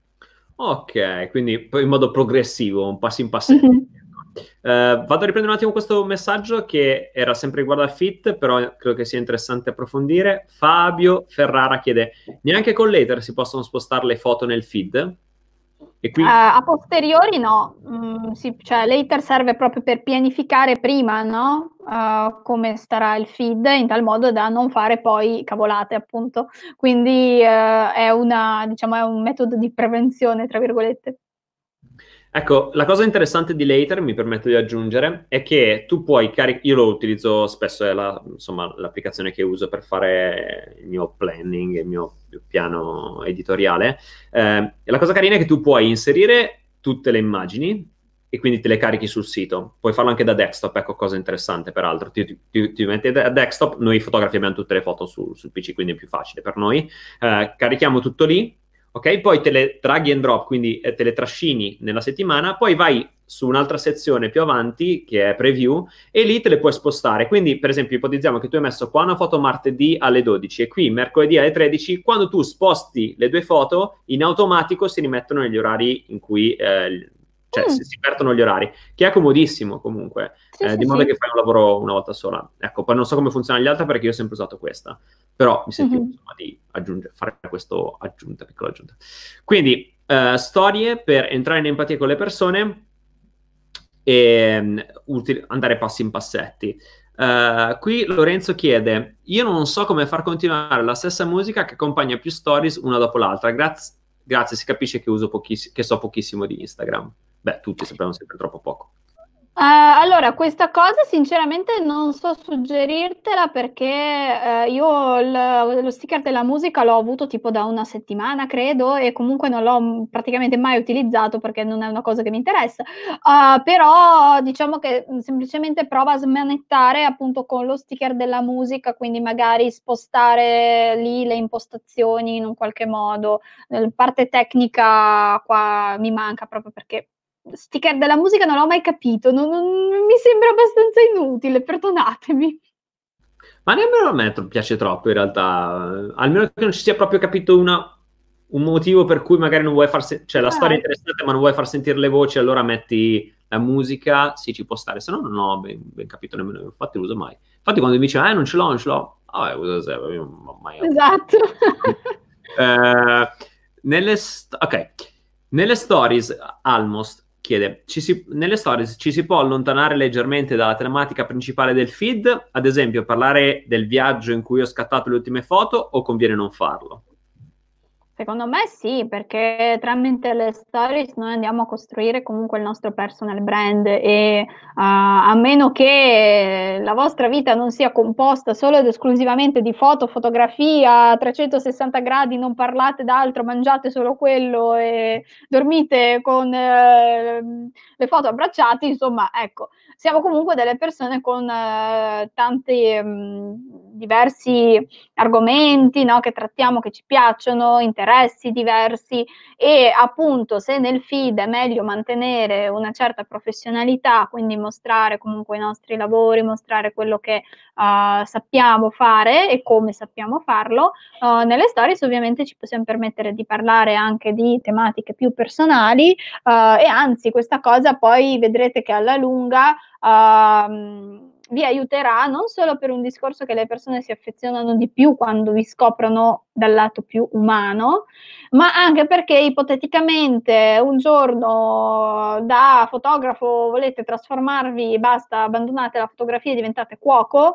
Ok, quindi in modo progressivo, un passo in passetto. Mhm. Uh, vado a riprendere un attimo questo messaggio che era sempre riguardo al fit, però credo che sia interessante approfondire. Fabio Ferrara chiede, neanche con Later si possono spostare le foto nel feed? E qui... Uh, a posteriori no, mm, sì, cioè Later serve proprio per pianificare prima, no? Uh, come starà il feed, in tal modo da non fare poi cavolate, appunto. Quindi uh, è una, diciamo, è un metodo di prevenzione, tra virgolette. Ecco, la cosa interessante di Later, mi permetto di aggiungere, è che tu puoi caricare, io lo utilizzo spesso, è la, insomma, l'applicazione che uso per fare il mio planning, il mio piano editoriale. Eh, la cosa carina è che tu puoi inserire tutte le immagini e quindi te le carichi sul sito. Puoi farlo anche da desktop, ecco, cosa interessante peraltro. Ti, ti, ti metti a desktop, noi fotografi abbiamo tutte le foto su, sul P C, quindi è più facile per noi. Eh, carichiamo tutto lì. Ok, poi te le drag and drop, quindi eh, te le trascini nella settimana, poi vai su un'altra sezione più avanti, che è preview, e lì te le puoi spostare. Quindi, per esempio, ipotizziamo che tu hai messo qua una foto martedì alle dodici e qui mercoledì alle tredici, quando tu sposti le due foto, in automatico si rimettono negli orari in cui eh, cioè Mm. si, si perdono gli orari, che è comodissimo comunque, Sì, eh, sì, di modo sì. che fai un lavoro una volta sola. Ecco, poi non so come funziona gli altri perché io ho sempre usato questa, però mi sentivo Mhm. insomma di aggiungere, fare questo aggiunta, piccola aggiunta. Quindi, eh, storie per entrare in empatia con le persone e um, util- andare passi in passetti. Uh, qui Lorenzo chiede: io non so come far continuare la stessa musica che accompagna più stories una dopo l'altra. Grazie, grazie, si capisce che uso pochiss- che so pochissimo di Instagram. Beh, tutti sappiamo sempre troppo poco. Eh, allora, questa cosa sinceramente non so suggerirtela perché eh, io il- lo sticker della musica l'ho avuto tipo da una settimana, credo, e comunque non l'ho mm, praticamente mai utilizzato perché non è una cosa che mi interessa. Uh, però diciamo che mm, semplicemente prova a smanettare appunto con lo sticker della musica, quindi magari spostare lì le impostazioni in un qualche modo. La parte tecnica qua mi manca proprio perché sticker della musica non l'ho mai capito, non, non- mi sembra abbastanza inutile, perdonatemi. Ma nemmeno a me tro- piace troppo in realtà, almeno che non ci sia proprio capito una- un motivo per cui magari non vuoi far sentire, cioè la storia è Ah, interessante ma non vuoi far sentire le voci, allora metti la musica, sì ci può stare, se no non ho ben, ben capito nemmeno, io, infatti lo uso mai. Infatti quando mi dice, eh non ce l'ho, non ce l'ho, vabbè, cosa serve? Io non ho mai avuto. esatto. Eh, nelle, st- ok. Nelle stories, Almost chiede, ci si- nelle stories ci si può allontanare leggermente dalla tematica principale del feed, ad esempio parlare del viaggio in cui ho scattato le ultime foto, o conviene non farlo? Secondo me sì, perché tramite le stories noi andiamo a costruire comunque il nostro personal brand e uh, a meno che la vostra vita non sia composta solo ed esclusivamente di foto, fotografia a trecentosessanta gradi, non parlate d'altro, mangiate solo quello e dormite con eh, le foto abbracciati, insomma, ecco, siamo comunque delle persone con eh, tanti mh, diversi argomenti, no, che trattiamo, che ci piacciono, interessi diversi e appunto se nel feed è meglio mantenere una certa professionalità, quindi mostrare comunque i nostri lavori, mostrare quello che uh, sappiamo fare e come sappiamo farlo, uh, nelle stories ovviamente ci possiamo permettere di parlare anche di tematiche più personali uh, e anzi questa cosa poi vedrete che alla lunga uh, vi aiuterà non solo per un discorso che le persone si affezionano di più quando vi scoprono dal lato più umano, ma anche perché ipoteticamente un giorno da fotografo volete trasformarvi, basta, abbandonate la fotografia e diventate cuoco,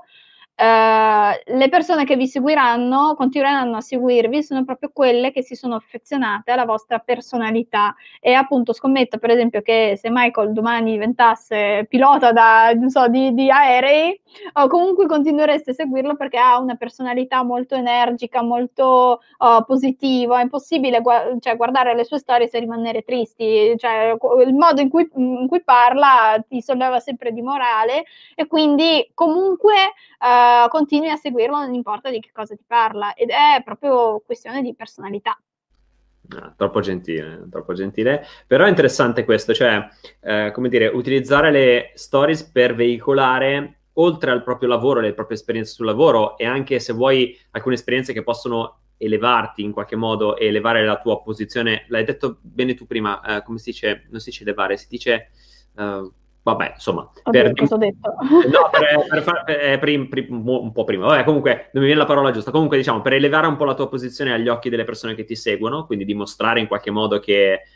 eh, le persone che vi seguiranno, continueranno a seguirvi, sono proprio quelle che si sono affezionate alla vostra personalità e appunto scommetto per esempio che se Michael domani diventasse pilota da, non so, di, di aerei, o comunque continuereste a seguirlo perché ha una personalità molto energica, molto uh, positiva, è impossibile gu- cioè, guardare le sue storie e rimanere tristi, cioè, il modo in cui, in cui parla ti solleva sempre di morale e quindi comunque uh, continui a seguirlo non importa di che cosa ti parla ed è proprio questione di personalità. Ah, troppo gentile, troppo gentile. Però è interessante questo, cioè, eh, come dire, utilizzare le stories per veicolare, oltre al proprio lavoro, le proprie esperienze sul lavoro e anche se vuoi alcune esperienze che possono elevarti in qualche modo e elevare la tua posizione. L'hai detto bene tu prima, eh, come si dice? Non si dice elevare, si dice... eh, vabbè, insomma, per, Oddio, cosa ho detto? no, per, per far, eh, prim- prim- un po' prima, vabbè, comunque non mi viene la parola giusta. Comunque, diciamo, per elevare un po' la tua posizione agli occhi delle persone che ti seguono, quindi dimostrare in qualche modo che eh,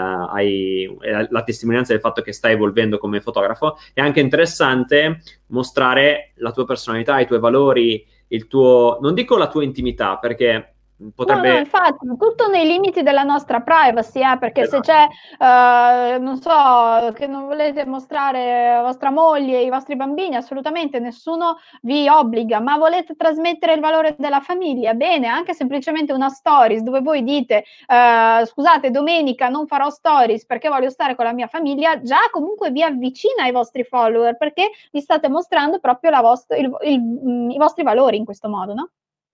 hai la, la testimonianza del fatto che stai evolvendo come fotografo, è anche interessante mostrare la tua personalità, i tuoi valori, il tuo, non dico la tua intimità, perché No, no, potrebbe... infatti, tutto nei limiti della nostra privacy, eh, perché se Esatto. c'è, eh, non so, che non volete mostrare vostra moglie, i vostri bambini, assolutamente nessuno vi obbliga, ma volete trasmettere il valore della famiglia, bene, anche semplicemente una stories dove voi dite, eh, scusate, domenica non farò stories perché voglio stare con la mia famiglia, già comunque vi avvicina ai vostri follower, perché vi state mostrando proprio la vostra, il, il, i vostri valori in questo modo, no?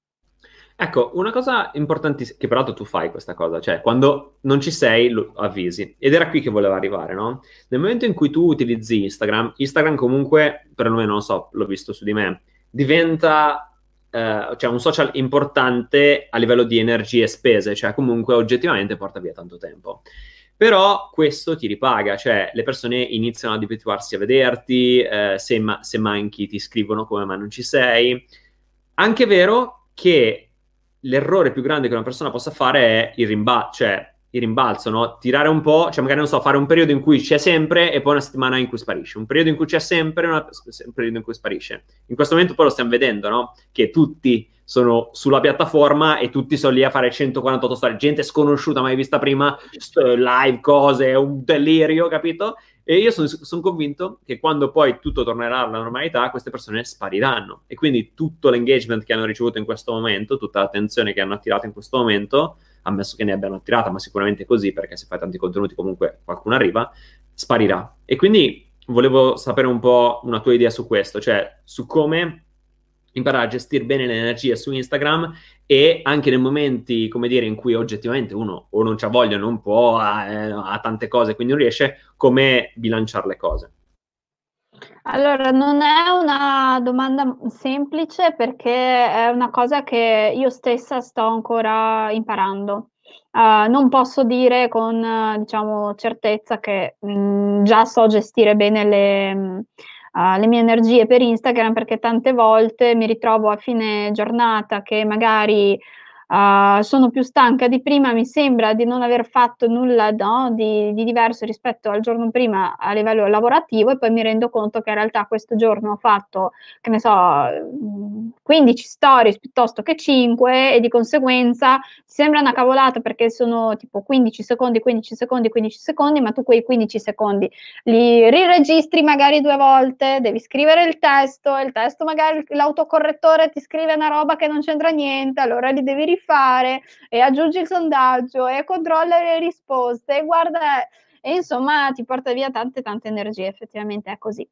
Ecco, una cosa importantissima, che peraltro tu fai questa cosa, cioè quando non ci sei lo avvisi. Ed era qui che volevo arrivare, no? Nel momento in cui tu utilizzi Instagram, Instagram comunque, per noi non lo so, l'ho visto su di me, diventa eh, cioè un social importante a livello di energie spese, cioè comunque oggettivamente porta via tanto tempo. Però questo ti ripaga, cioè le persone iniziano ad abituarsi a vederti, eh, se, ma- se manchi ti scrivono come ma non ci sei. Anche è vero che l'errore più grande che una persona possa fare è il rimbalzo, cioè il rimbalzo, no? Tirare un po', cioè magari non so, fare un periodo in cui c'è sempre e poi una settimana in cui sparisce, un periodo in cui c'è sempre e una- un periodo in cui sparisce. In questo momento poi lo stiamo vedendo, no? Che tutti sono sulla piattaforma e tutti sono lì a fare centoquarantotto storie, gente sconosciuta, mai vista prima, st- live, cose, un delirio, capito? E io sono son convinto che quando poi tutto tornerà alla normalità, queste persone spariranno. E quindi tutto l'engagement che hanno ricevuto in questo momento, tutta l'attenzione che hanno attirato in questo momento, ammesso che ne abbiano attirata, ma sicuramente è così, perché se fai tanti contenuti comunque qualcuno arriva, sparirà. E quindi volevo sapere un po' una tua idea su questo, cioè su come imparare a gestire bene le energie su Instagram e anche nei momenti, come dire, in cui oggettivamente uno o non c'ha voglia, non può, ha, eh, ha tante cose, quindi non riesce, come bilanciare le cose. Allora, non è una domanda semplice perché è una cosa che io stessa sto ancora imparando. Uh, non posso dire con, eh, diciamo, certezza che mh, già so gestire bene le, mh, uh, le mie energie per Instagram perché tante volte mi ritrovo a fine giornata che magari uh, sono più stanca di prima, mi sembra di non aver fatto nulla, no, di, di diverso rispetto al giorno prima a livello lavorativo e poi mi rendo conto che in realtà questo giorno ho fatto, che ne so, quindici stories piuttosto che cinque e di conseguenza sembra una cavolata perché sono tipo quindici secondi, quindici secondi, quindici secondi, ma tu quei quindici secondi li riregistri magari due volte, devi scrivere il testo, il testo magari l'autocorrettore ti scrive una roba che non c'entra niente, allora li devi rifare e aggiungi il sondaggio e controlla le risposte e guarda e insomma ti porta via tante tante energie, effettivamente è così.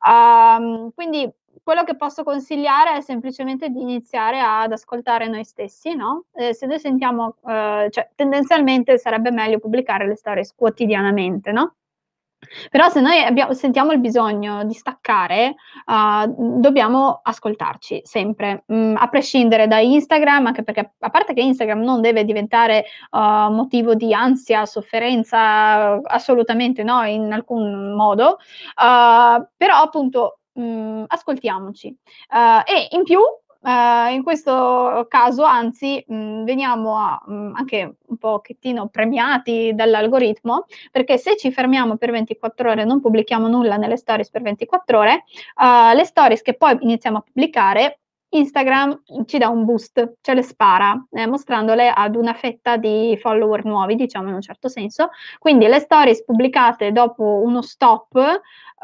Um, quindi quello che posso consigliare è semplicemente di iniziare ad ascoltare noi stessi, no? Eh, se noi sentiamo, eh, cioè tendenzialmente sarebbe meglio pubblicare le stories quotidianamente, no? Però se noi abbiamo, sentiamo il bisogno di staccare, uh, dobbiamo ascoltarci sempre, mh, a prescindere da Instagram, anche perché a parte che Instagram non deve diventare uh, motivo di ansia, sofferenza, assolutamente no, in alcun modo, uh, però appunto mh, ascoltiamoci. Uh, e in più Uh, in questo caso, anzi, mh, veniamo a, mh, anche un pochettino premiati dall'algoritmo, perché se ci fermiamo per ventiquattro ore e non pubblichiamo nulla nelle stories per ventiquattro ore, uh, le stories che poi iniziamo a pubblicare, Instagram ci dà un boost, ce le spara, eh, mostrandole ad una fetta di follower nuovi, diciamo in un certo senso. Quindi le stories pubblicate dopo uno stop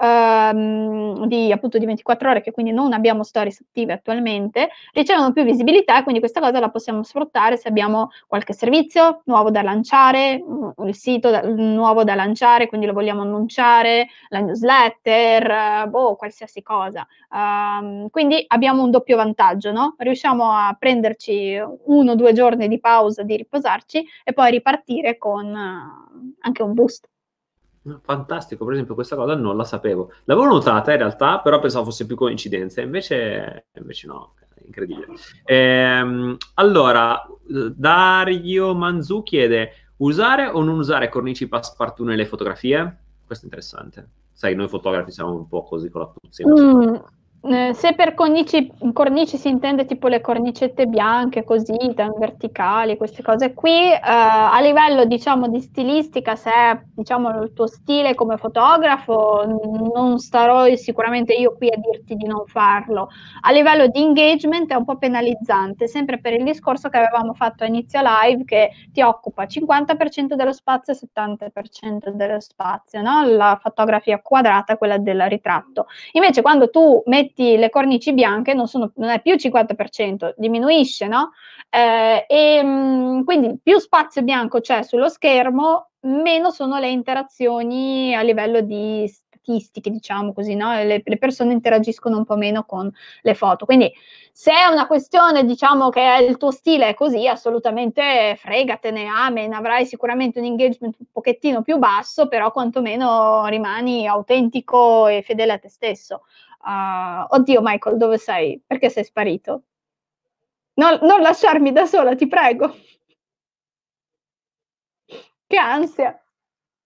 ehm, di appunto di ventiquattro ore, che quindi non abbiamo stories attive attualmente, ricevono più visibilità e quindi questa cosa la possiamo sfruttare se abbiamo qualche servizio nuovo da lanciare, il sito da, nuovo da lanciare, quindi lo vogliamo annunciare, la newsletter, boh, qualsiasi cosa. Um, quindi abbiamo un doppio vantaggio, no? Riusciamo a prenderci uno o due giorni di pausa, di riposarci e poi ripartire con uh, anche un boost. Fantastico, per esempio questa cosa non la sapevo. L'avevo notata in realtà, però pensavo fosse più coincidenza, invece, invece no, incredibile. Ehm, allora, Dario Manzu chiede, usare o non usare cornici passepartout nelle fotografie? Questo è interessante. Sai, noi fotografi siamo un po' così con la puzzina. Mm, eh, se per cornici, cornici si intende tipo le cornicette bianche, così, verticali, queste cose qui, eh, a livello diciamo di stilistica, se è diciamo il tuo stile come fotografo, non starò sicuramente io qui a dirti di non farlo. A livello di engagement è un po' penalizzante, sempre per il discorso che avevamo fatto a inizio live, che ti occupa cinquanta per cento dello spazio e settanta per cento dello spazio, no? La fotografia quadrata, quella del ritratto. Invece quando tu metti le cornici bianche non, sono, non è più cinquanta per cento, diminuisce, no? Eh, e mh, quindi più spazio bianco c'è sullo schermo, meno sono le interazioni a livello di statistiche, diciamo così, no? Le, le persone interagiscono un po' meno con le foto. Quindi se è una questione, diciamo, che è il tuo stile è così, assolutamente fregatene, amen, avrai sicuramente un engagement un pochettino più basso, però quantomeno rimani autentico e fedele a te stesso. Uh, oddio Michael, dove sei? Perché sei sparito? Non, non lasciarmi da sola, ti prego. Che ansia.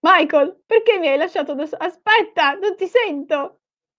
Michael, perché mi hai lasciato da so aspetta, non ti sento.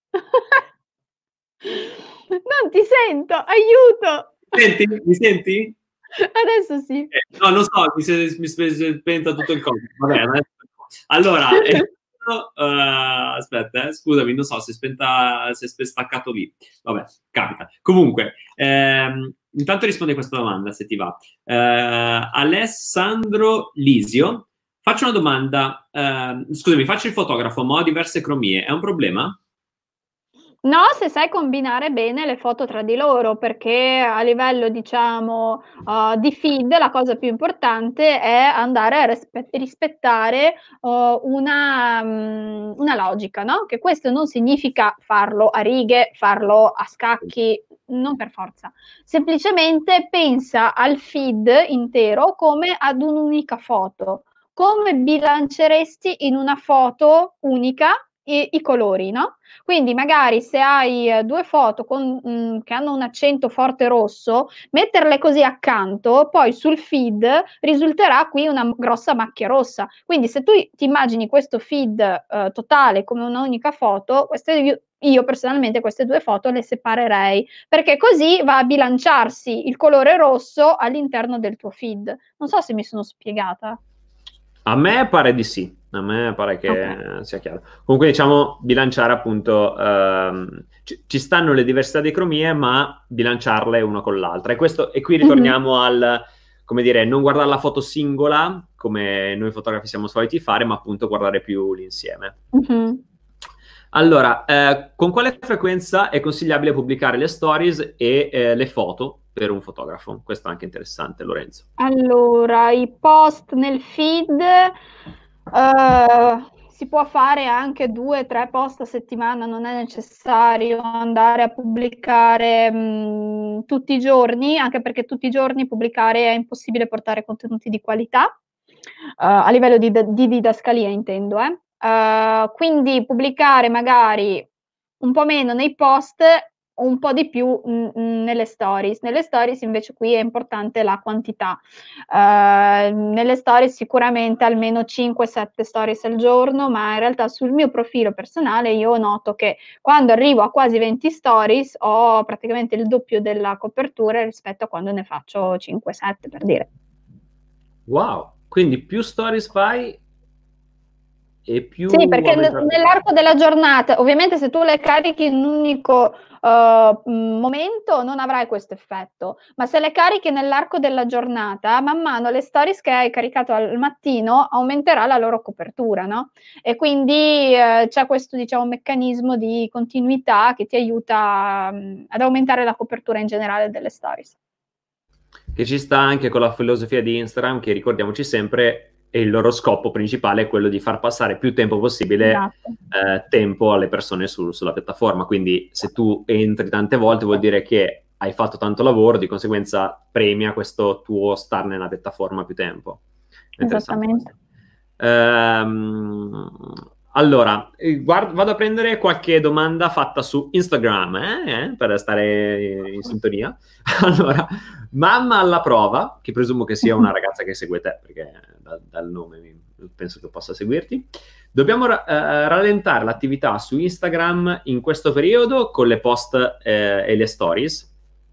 Non ti sento, aiuto. Senti? Mi senti? Adesso sì. Eh, no, lo so, mi si è mi si è spenta tutto il coso. Vabbè, adesso allora, eh, uh, aspetta, eh, scusami, non so, si è spenta, si è spe- staccato lì. Vabbè, capita. Comunque, ehm, intanto rispondi a questa domanda, se ti va. Eh, Alessandro Lisio, faccio una domanda. ehm, scusami, faccio il fotografo, ma ho diverse cromie. È un problema? No, se sai combinare bene le foto tra di loro, perché a livello, diciamo, uhm, di feed la cosa più importante è andare a respe rispettare, uhm, una mhmm, una logica, no, che questo non significa farlo a righe, farlo a scacchi, non per forza. Semplicemente pensa al feed intero come ad un'unica foto. Come bilanceresti in una foto unica i i colori, no, quindi magari se hai eh, due foto con mhmm, che hanno un accento forte rosso, metterle così accanto, poi sul feed risulterà qui una m grossa macchia rossa. Quindi se tu i ti immagini questo feed, uhm, totale come una unica foto, queste io io personalmente queste due foto le separerei, perché così va a bilanciarsi il colore rosso all'interno del tuo feed. Non so se mi sono spiegata. A me pare di sì, a me pare Okay. che sia chiaro. Comunque diciamo bilanciare appunto, ehm, ci, ci stanno le diversità di cromie, ma bilanciarle una con l'altra. E, questo, e qui Mh-mh. ritorniamo al, come dire, non guardare la foto singola, come noi fotografi siamo soliti fare, ma appunto guardare più l'insieme. Mh-mh. Allora, eh, con quale frequenza è consigliabile pubblicare le stories e eh, le foto per un fotografo? Questo è anche interessante, Lorenzo. Allora, i post nel feed, uhm, si può fare anche due, tre post a settimana, non è necessario andare a pubblicare, mhmm, tutti i giorni, anche perché tutti i giorni pubblicare è impossibile portare contenuti di qualità, uhm, a livello di d di didascalia intendo, eh. Uhm, quindi pubblicare magari un po' meno nei post, un po' di più, mhmm, mhmm, nelle stories. Nelle stories invece qui è importante la quantità. Uhm, nelle stories sicuramente almeno cinque, sette stories al giorno, ma in realtà sul mio profilo personale io noto che quando arrivo a quasi venti stories ho praticamente il doppio della copertura rispetto a quando ne faccio cinque, sette per dire. Wow, quindi più stories fai e più Sì, perché ne aumenta. nell'arco della giornata ovviamente se tu le carichi in un unico, uhm, mhmm, momento non avrai questo effetto, ma se le carichi nell'arco della giornata, man mano le stories che hai caricato al mattino aumenterà la loro copertura, no, e quindi, ehm, c'è questo diciamo meccanismo di continuità che ti aiuta, mhmm, ad aumentare la copertura in generale delle stories. Che ci sta anche con la filosofia di Instagram, che ricordiamoci sempre, e il loro scopo principale è quello di far passare più tempo possibile Esatto, eh, tempo alle persone su- sulla piattaforma. Quindi se tu entri tante volte vuol dire che hai fatto tanto lavoro, di conseguenza premia questo tuo star nella piattaforma più tempo. È interessante questo. esattamente. Ehm, allora, eh, guard- vado a prendere qualche domanda fatta su Instagram, eh, eh, per stare in sintonia. Allora, mamma alla prova, che presumo che sia una ragazza che segue te, perché da- dal nome mi- penso che possa seguirti. Dobbiamo ra- eh, rallentare l'attività su Instagram in questo periodo con le post eh, e le stories.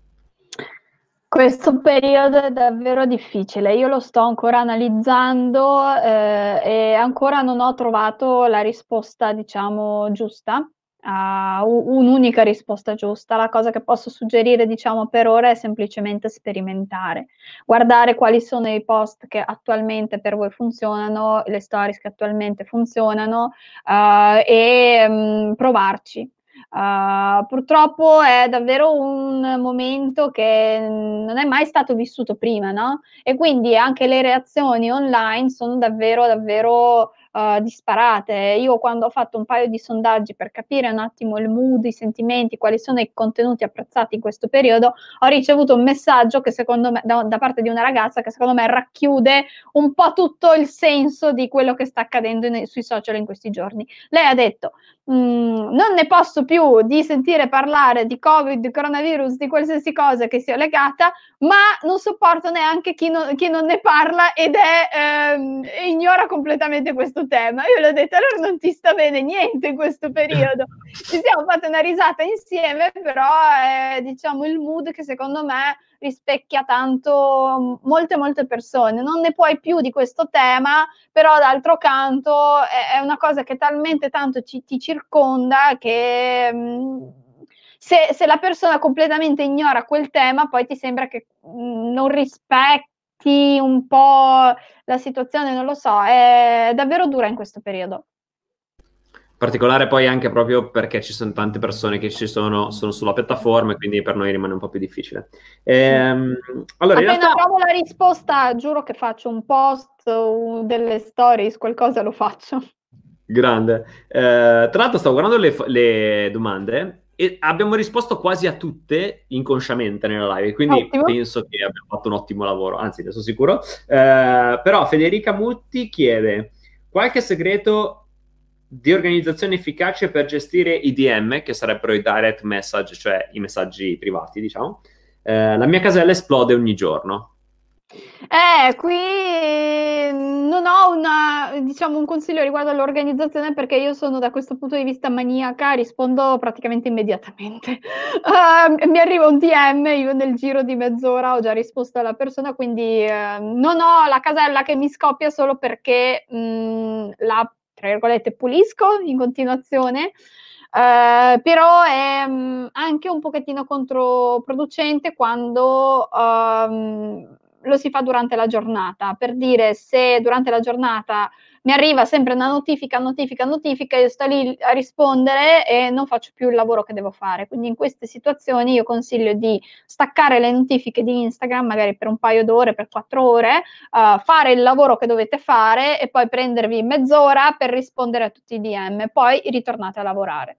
Questo periodo è davvero difficile. Io lo sto ancora analizzando, ehm, e ancora non ho trovato la risposta, diciamo, giusta, a u un'unica risposta giusta. La cosa che posso suggerire, diciamo, per ora è semplicemente sperimentare. Guardare quali sono i post che attualmente per voi funzionano, le stories che attualmente funzionano, uhm, e, mhmm, provarci. Uh, purtroppo è davvero un momento che non è mai stato vissuto prima, no? E quindi anche le reazioni online sono davvero, davvero uh, disparate. Io quando ho fatto un paio di sondaggi per capire un attimo il mood, i sentimenti, quali sono i contenuti apprezzati in questo periodo, ho ricevuto un messaggio che secondo me, da, da parte di una ragazza che secondo me racchiude un po' tutto il senso di quello che sta accadendo in, sui social in questi giorni. Lei ha detto: Mhmm, non ne posso più di sentire parlare di Covid, di coronavirus, di qualsiasi cosa che sia legata, ma non sopporto neanche chi non chi non ne parla ed è ehm, e ignora completamente questo questo tema. Io le ho detto: allora non ti sta bene niente in questo periodo. Ci siamo fatte una risata insieme, però è, diciamo, il mood che secondo me rispecchia tanto molte molte persone. Non ne puoi più di questo tema, però d'altro canto è, è una cosa che talmente tanto ci, ti circonda che mh, se, se la persona completamente ignora quel tema, poi ti sembra che mh, non rispecchi un po' la situazione, non lo so, è davvero dura in questo periodo. Particolare poi anche proprio perché ci sono tante persone che ci sono, sono sulla piattaforma e quindi per noi rimane un po' più difficile. Ehm, allora, in Appena realtà, trovo la risposta, giuro che faccio un post, uh, delle stories, qualcosa lo faccio. grande. Eh, tra l'altro stavo guardando le, le domande e abbiamo risposto quasi a tutte inconsciamente nella live, quindi Ottimo. penso che abbiamo fatto un ottimo lavoro, anzi ne sono sicuro. Eh, però Federica Mutti chiede qualche segreto di organizzazione efficace per gestire i D M, che sarebbero i direct message, cioè i messaggi privati, diciamo. Eh, la mia casella esplode ogni giorno. Eh, qui non ho una, diciamo, un consiglio riguardo all'organizzazione perché io sono da questo punto di vista maniaca, rispondo praticamente immediatamente. Uh, mi arriva un D M, io nel giro di mezz'ora ho già risposto alla persona, quindi uh, non ho la casella che mi scoppia solo perché mh, la, tra virgolette, pulisco in continuazione. Uh, però è um, anche un pochettino controproducente quando um, lo si fa durante la giornata, per dire se durante la giornata mi arriva sempre una notifica, notifica, notifica, io sto lì a rispondere e non faccio più il lavoro che devo fare. Quindi in queste situazioni io consiglio di staccare le notifiche di Instagram magari per un paio d'ore, per quattro ore, uh, fare il lavoro che dovete fare e poi prendervi mezz'ora per rispondere a tutti i D M, poi ritornate a lavorare.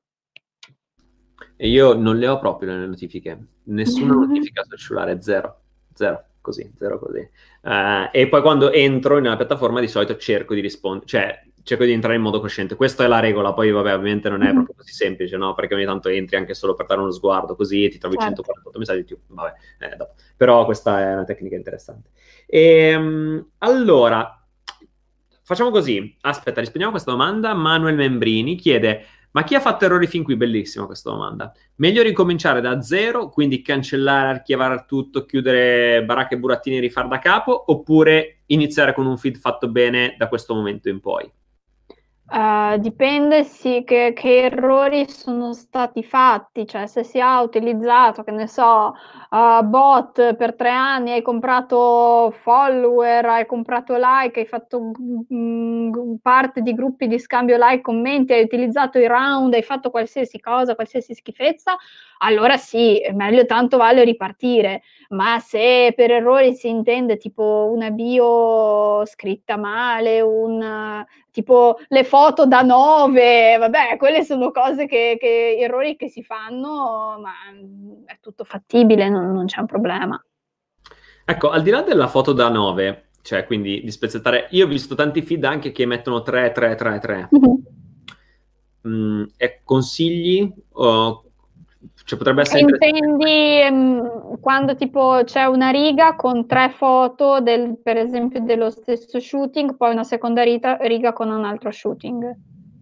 E io non le ho proprio le notifiche, nessuna notifica sul cellulare, zero, zero, così, zero così. Eh, e poi quando entro nella piattaforma di solito cerco di rispondere, cioè cerco di entrare in modo cosciente. Questa è la regola, poi vabbè, ovviamente non è proprio così semplice, no? Perché ogni tanto entri anche solo per dare uno sguardo così e ti trovi Certo. centoquarantotto messaggi più, vabbè, eh, dopo. Però questa è una tecnica interessante. E, allora, facciamo così, aspetta, rispondiamo a questa domanda. Manuel Membrini chiede: ma chi ha fatto errori fin qui? Bellissima questa domanda. Meglio ricominciare da zero, quindi cancellare, archiviare tutto, chiudere baracche e burattini e rifare da capo, oppure iniziare con un feed fatto bene da questo momento in poi? Uh, dipende sì, che, che errori sono stati fatti, cioè se si ha utilizzato, che ne so, uh, bot per tre anni, hai comprato follower, hai comprato like, hai fatto mm, parte di gruppi di scambio like, commenti, hai utilizzato i round, hai fatto qualsiasi cosa, qualsiasi schifezza, allora sì, è meglio, tanto vale ripartire. Ma se per errori si intende tipo una bio scritta male, un tipo le foto da nove, vabbè, quelle sono cose che, che errori che si fanno, ma è tutto fattibile, non, non c'è un problema. Ecco, al di là della foto da nove, cioè quindi di spezzettare, io ho visto tanti feed anche che mettono tre, tre, tre, tre. Mm-hmm. Mm, e consigli? O, cioè potrebbe essere interessante. Intendi mh, quando tipo c'è una riga con tre foto del, per esempio dello stesso shooting, poi una seconda riga, riga con un altro shooting.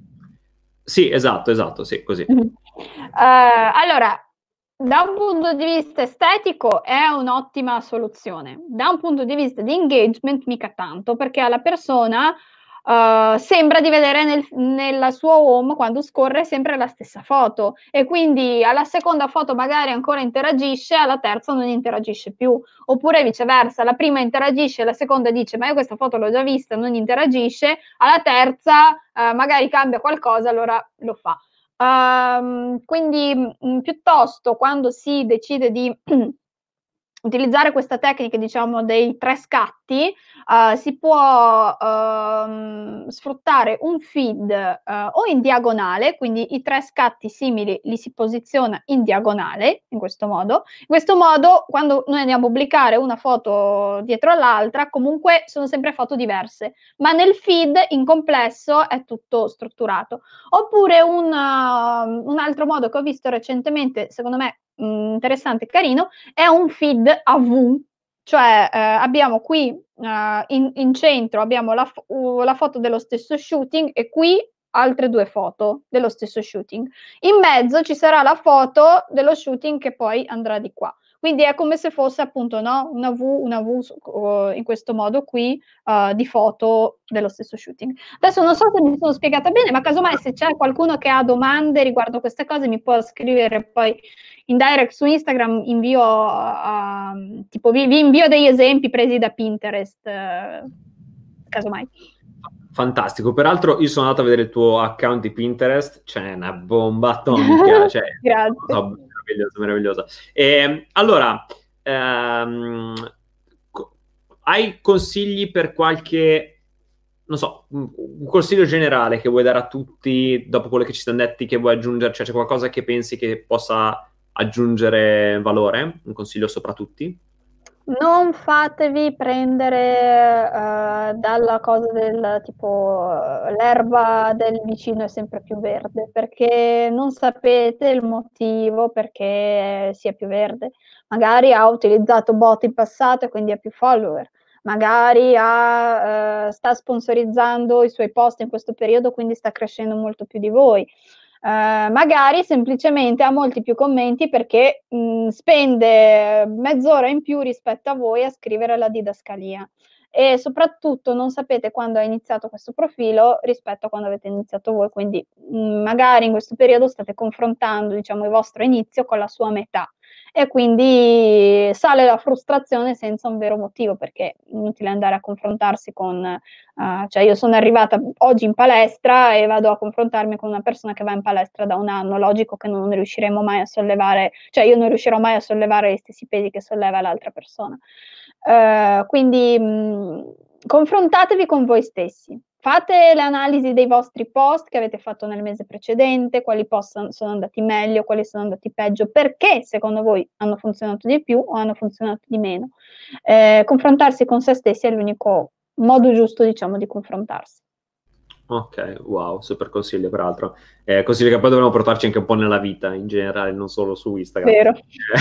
Sì, esatto, esatto, sì, così. Uh, allora, da un punto di vista estetico è un'ottima soluzione, da un punto di vista di engagement mica tanto, perché alla persona uh, sembra di vedere nel, nella sua home quando scorre sempre la stessa foto e quindi alla seconda foto magari ancora interagisce, alla terza non interagisce più, oppure viceversa, la prima interagisce, la seconda dice ma io questa foto l'ho già vista, non interagisce, alla terza uh, magari cambia qualcosa, allora lo fa. Uh, quindi mh, piuttosto quando si decide di utilizzare questa tecnica, diciamo, dei tre scatti, uh, si può uh, sfruttare un feed uh, o in diagonale, quindi i tre scatti simili li si posiziona in diagonale, in questo modo. In questo modo, quando noi andiamo a pubblicare una foto dietro all'altra, comunque sono sempre foto diverse, ma nel feed in complesso è tutto strutturato. Oppure un, uh, un altro modo che ho visto recentemente, secondo me mh, interessante e carino, è un feed a V, Cioè eh, abbiamo qui uh, in, in centro abbiamo la, uh, la foto dello stesso shooting e qui altre due foto dello stesso shooting. In mezzo ci sarà la foto dello shooting che poi andrà di qua. Quindi è come se fosse appunto no, una V, una V uh, in questo modo qui uh, di foto dello stesso shooting. Adesso non so se mi sono spiegata bene, ma casomai se c'è qualcuno che ha domande riguardo queste cose mi può scrivere poi in direct su Instagram, invio uh, tipo vi, vi invio degli esempi presi da Pinterest, uh, casomai. Fantastico, peraltro io sono andato a vedere il tuo account di Pinterest, c'è una bomba atomica, cioè, grazie. No, meraviglioso, meraviglioso. E, allora, ehm, co- hai consigli per qualche, non so, un, un consiglio generale che vuoi dare a tutti dopo quello che ci siamo detti, che vuoi aggiungere, cioè c'è qualcosa che pensi che possa aggiungere valore, un consiglio sopra tutti? Non fatevi prendere uh, dalla cosa del tipo uh, l'erba del vicino è sempre più verde, perché non sapete il motivo perché sia più verde. Magari ha utilizzato bot in passato e quindi ha più follower, magari ha, uh, sta sponsorizzando i suoi post in questo periodo, quindi sta crescendo molto più di voi. Uh, magari semplicemente ha molti più commenti perché mh, spende mezz'ora in più rispetto a voi a scrivere la didascalia e soprattutto non sapete quando ha iniziato questo profilo rispetto a quando avete iniziato voi, quindi mh, magari in questo periodo state confrontando diciamo il vostro inizio con la sua metà e quindi sale la frustrazione senza un vero motivo, perché è inutile andare a confrontarsi con uh, cioè io sono arrivata oggi in palestra e vado a confrontarmi con una persona che va in palestra da un anno, logico che non riusciremo mai a sollevare, cioè io non riuscirò mai a sollevare gli stessi pesi che solleva l'altra persona. Uh, quindi mh, confrontatevi con voi stessi. Fate le analisi dei vostri post che avete fatto nel mese precedente, quali post sono andati meglio, quali sono andati peggio, perché secondo voi hanno funzionato di più o hanno funzionato di meno. Eh, confrontarsi con se stessi è l'unico modo giusto, diciamo, di confrontarsi. Ok, wow, super consiglio peraltro. Eh, consiglio che poi dovremmo portarci anche un po' nella vita in generale, non solo su Instagram. Vero.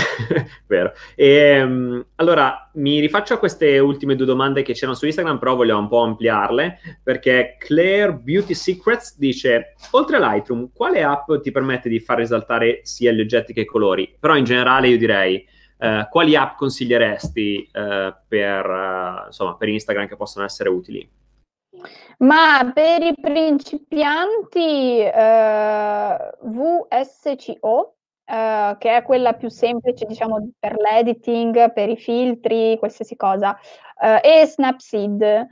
Vero. E, um, allora, mi rifaccio a queste ultime due domande che c'erano su Instagram, però voglio un po' ampliarle, perché Claire Beauty Secrets dice, oltre a Lightroom, quale app ti permette di far risaltare sia gli oggetti che i colori? Però in generale io direi, eh, quali app consiglieresti eh, per, uh, insomma, per Instagram che possono essere utili? Ma per i principianti eh, V S C O, eh, che è quella più semplice, diciamo, per l'editing, per i filtri, qualsiasi cosa, eh, e Snapseed,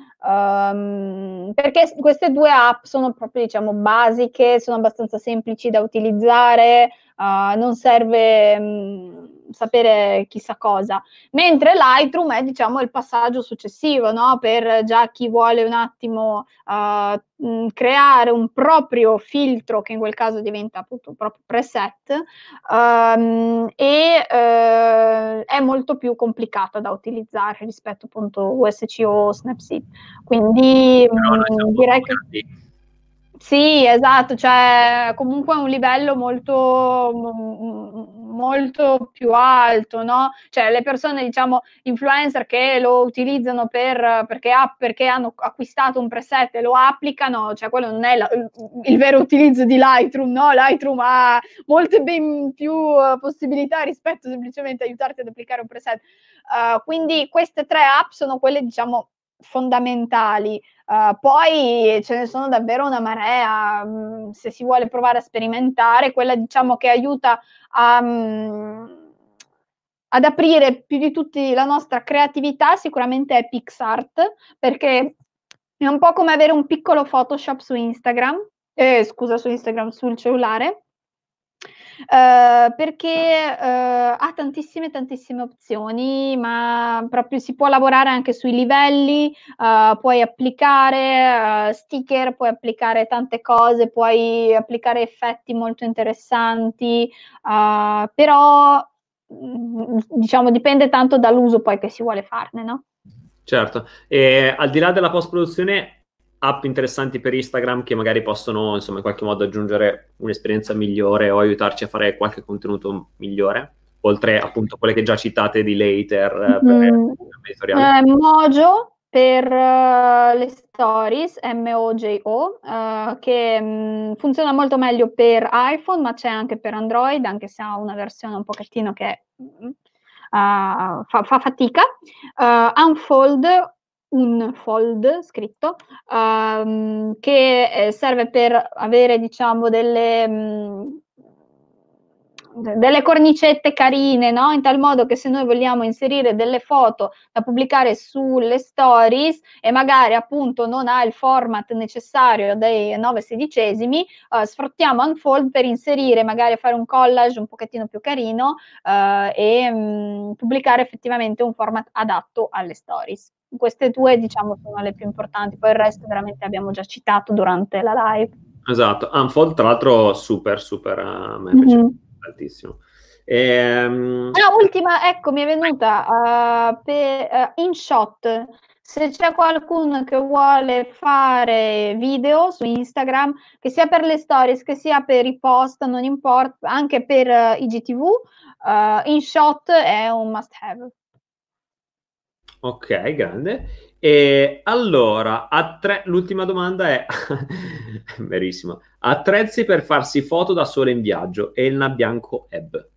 um, perché queste due app sono proprio, diciamo, basiche, sono abbastanza semplici da utilizzare, uh, non serve um, sapere chissà cosa. Mentre Lightroom è, diciamo, il passaggio successivo, no? Per già chi vuole un attimo uh, mh, creare un proprio filtro, che in quel caso diventa appunto un proprio preset, um, e uh, è molto più complicata da utilizzare rispetto appunto a U S C O o Snapseed. Quindi mh, direi che... Sì, esatto, cioè comunque è un livello molto, molto più alto, no? Cioè le persone, diciamo, influencer che lo utilizzano per, perché, ha, perché hanno acquistato un preset e lo applicano, cioè quello non è la, il vero utilizzo di Lightroom, no? Lightroom ha molte ben più possibilità rispetto semplicemente a aiutarti ad applicare un preset. Uh, quindi queste tre app sono quelle, diciamo, fondamentali. Uh, poi ce ne sono davvero una marea, mh, se si vuole provare a sperimentare, quella diciamo che aiuta a, mh, ad aprire più di tutti la nostra creatività sicuramente è PixArt, perché è un po' come avere un piccolo Photoshop su Instagram, eh, scusa su Instagram, sul cellulare, Uh, perché uh, ha tantissime tantissime opzioni, ma proprio si può lavorare anche sui livelli, uh, puoi applicare uh, sticker, puoi applicare tante cose, puoi applicare effetti molto interessanti, uh, però diciamo dipende tanto dall'uso poi che si vuole farne, no? Certo, e al di là della post-produzione, app interessanti per Instagram che magari possono, insomma, in qualche modo aggiungere un'esperienza migliore o aiutarci a fare qualche contenuto migliore, oltre appunto quelle che già citate di Later, mm. per eh, Mojo per uh, le stories, M O J O, uh, che mh, funziona molto meglio per iPhone, ma c'è anche per Android, anche se ha una versione un pochettino che uh, fa, fa fatica. Uh, Unfold, Unfold scritto, um, che serve per avere, diciamo, delle... Mh, delle cornicette carine, no? In tal modo che se noi vogliamo inserire delle foto da pubblicare sulle stories e magari appunto non ha il format necessario dei nove sedicesimi, eh, sfruttiamo Unfold per inserire, magari fare un collage un pochettino più carino eh, e mh, pubblicare effettivamente un format adatto alle stories. Queste due, diciamo, sono le più importanti, poi il resto veramente abbiamo già citato durante la live. Esatto, Unfold tra l'altro super, super, a me piace mm-hmm. tantissimo. Ehm... Ah, ultima, ecco, mi è venuta uh, per, uh, InShot. Se c'è qualcuno che vuole fare video su Instagram, che sia per le stories, che sia per i post, non importa, anche per uh, I G T V, uh, InShot è un must have. Ok, grande. E allora, attre... l'ultima domanda è, verissimo, attrezzi per farsi foto da sola in viaggio, Elna Bianco Ebb.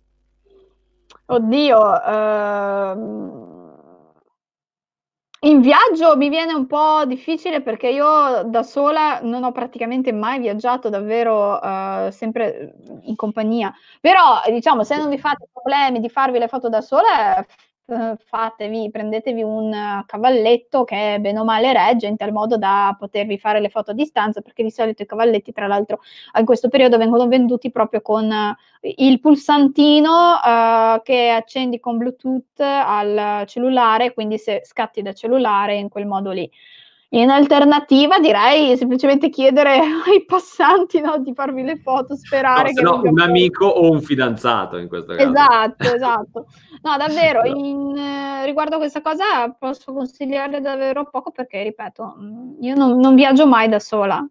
Oddio, ehm... in viaggio mi viene un po' difficile perché io da sola non ho praticamente mai viaggiato, davvero uh, sempre in compagnia. Però, diciamo, se non vi fate problemi di farvi le foto da sola, fatevi, prendetevi un cavalletto che bene o male regge in tal modo da potervi fare le foto a distanza, perché di solito i cavalletti, tra l'altro, in questo periodo vengono venduti proprio con il pulsantino uh, che accendi con Bluetooth al cellulare, quindi se scatti da cellulare in quel modo lì. In alternativa direi semplicemente chiedere ai passanti, no, di farvi le foto, sperare no, che no, un fuori. amico o un fidanzato in questo caso. Esatto, esatto. No, davvero, in, eh, riguardo a questa cosa posso consigliare davvero poco perché, ripeto, io non, non viaggio mai da sola.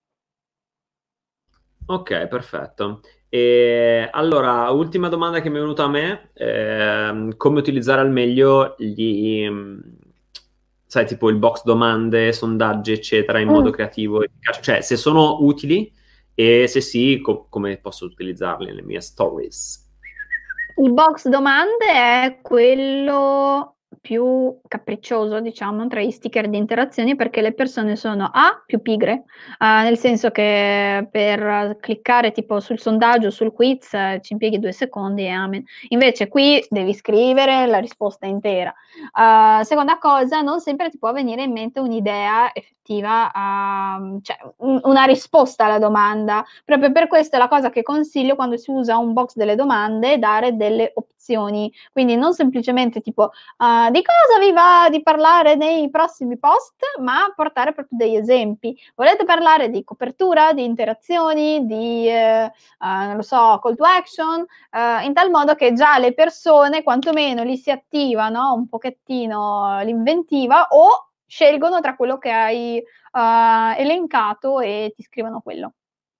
Ok, perfetto. E allora, ultima domanda che mi è venuta a me, eh, come utilizzare al meglio gli, sai, tipo il box domande, sondaggi, eccetera, in mm. modo creativo e efficace? Cioè, se sono utili e se sì, co- come posso utilizzarli nelle mie stories? Il box domande è quello più capriccioso, diciamo, tra gli sticker di interazioni, perché le persone sono A, più pigre, uh, nel senso che per cliccare tipo sul sondaggio, sul quiz, eh, ci impieghi due secondi e amen. Invece qui devi scrivere la risposta intera. Uh, seconda cosa, non sempre ti può venire in mente un'idea effettiva, uh, cioè un, una risposta alla domanda. Proprio per questo è la cosa che consiglio quando si usa un box delle domande, dare delle opzioni. Quindi non semplicemente tipo uh, di cosa vi va di parlare nei prossimi post, ma portare proprio degli esempi. Volete parlare di copertura, di interazioni, di, uh, uh, non lo so, call to action, uh, in tal modo che già le persone quantomeno li si attivano un pochettino l'inventiva o scelgono tra quello che hai uh, elencato e ti scrivono quello.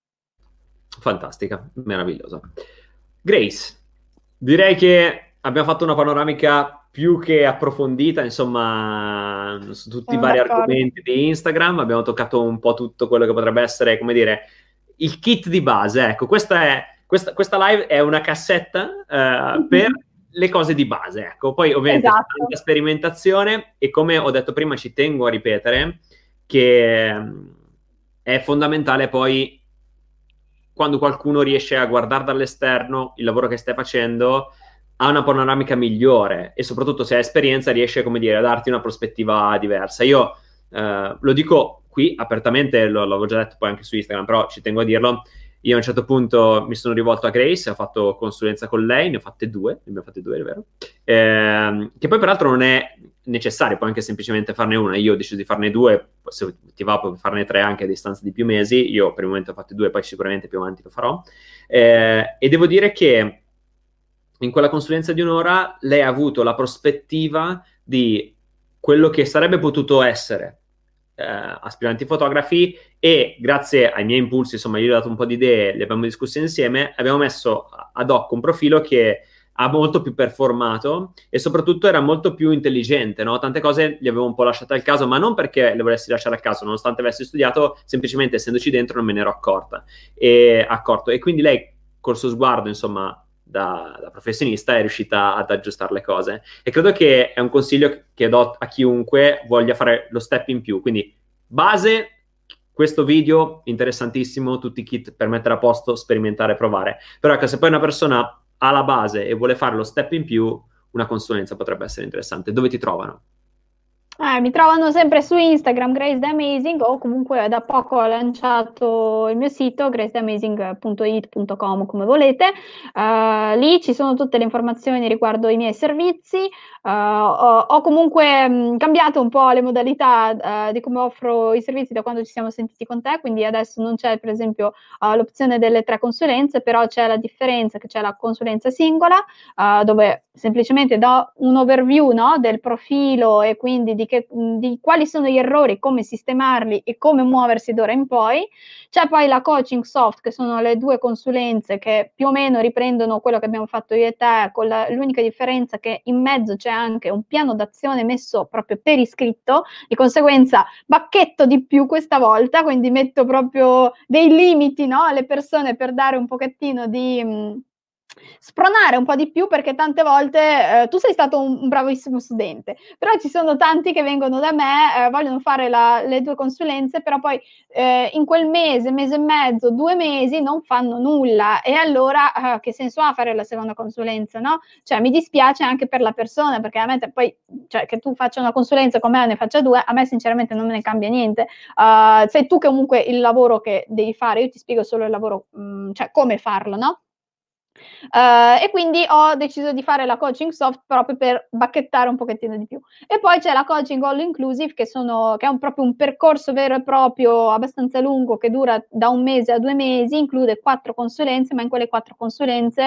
Fantastica, meravigliosa. Grace, direi che abbiamo fatto una panoramica più che approfondita, insomma, su tutti i vari argomenti di Instagram. Abbiamo toccato un po' tutto quello che potrebbe essere, come dire, il kit di base. Ecco, questa, è, questa, questa live è una cassetta eh, mm-hmm. per le cose di base. Ecco, poi ovviamente esatto. c'è tanta sperimentazione e come ho detto prima ci tengo a ripetere che è fondamentale poi quando qualcuno riesce a guardare dall'esterno il lavoro che stai facendo, ha una panoramica migliore e soprattutto se hai esperienza riesce, come dire, a darti una prospettiva diversa. Io eh, lo dico qui apertamente, lo, l'avevo già detto poi anche su Instagram, però ci tengo a dirlo. Io a un certo punto mi sono rivolto a Grace, ho fatto consulenza con lei, ne ho fatte due, ne abbiamo fatte due, è vero? Eh, che poi peraltro non è necessario, puoi anche semplicemente farne una. Io ho deciso di farne due, se ti va puoi farne tre anche a distanza di più mesi. Io per il momento ho fatto due, poi sicuramente più avanti lo farò. Eh, e devo dire che in quella consulenza di un'ora lei ha avuto la prospettiva di quello che sarebbe potuto essere eh, aspiranti fotografi e grazie ai miei impulsi, insomma, io gli ho dato un po' di idee, le abbiamo discusse insieme, abbiamo messo ad hoc un profilo che ha molto più performato e soprattutto era molto più intelligente, no? Tante cose le avevo un po' lasciate al caso, ma non perché le volessi lasciare al caso, nonostante avessi studiato, semplicemente essendoci dentro non me ne ero accorta e accorto. E quindi lei, col suo sguardo, insomma, da, da professionista, è riuscita ad aggiustare le cose. E credo che è un consiglio che do a chiunque voglia fare lo step in più. Quindi, base, questo video interessantissimo, tutti i kit per mettere a posto, sperimentare, provare. Però ecco, se poi una persona ha la base e vuole fare lo step in più, una consulenza potrebbe essere interessante. Dove ti trovano? Eh, mi trovano sempre su Instagram, Grace the Amazing, o comunque da poco ho lanciato il mio sito, grace the amazing punto it punto com, come volete. Uh, lì ci sono tutte le informazioni riguardo i miei servizi. Uh, ho, ho comunque mh, cambiato un po' le modalità uh, di come offro i servizi da quando ci siamo sentiti con te, quindi adesso non c'è per esempio uh, l'opzione delle tre consulenze, però c'è la differenza che c'è la consulenza singola, uh, dove semplicemente do un overview, no, del profilo e quindi di, che, di quali sono gli errori, come sistemarli e come muoversi d'ora in poi. C'è poi la coaching soft, che sono le due consulenze che più o meno riprendono quello che abbiamo fatto io e te, con la, l'unica differenza che in mezzo c'è anche un piano d'azione messo proprio per iscritto, di conseguenza bacchetto di più questa volta, quindi metto proprio dei limiti, no, alle persone per dare un pochettino di... Mh, spronare un po' di più, perché tante volte eh, tu sei stato un, un bravissimo studente, però ci sono tanti che vengono da me, eh, vogliono fare la, le due consulenze, però poi eh, in quel mese, mese e mezzo, due mesi non fanno nulla, e allora eh, che senso ha fare la seconda consulenza, no? Cioè mi dispiace anche per la persona, perché a me te, poi, cioè, che tu faccia una consulenza con me o ne faccia due, a me sinceramente non me ne cambia niente. Uh, sei tu che comunque il lavoro che devi fare, io ti spiego solo il lavoro, mh, cioè come farlo, no? Uh, e quindi ho deciso di fare la coaching soft proprio per bacchettare un pochettino di più. E poi c'è la coaching all inclusive, che, sono, che è un, proprio un percorso vero e proprio abbastanza lungo, che dura da un mese a due mesi, include quattro consulenze, ma in quelle quattro consulenze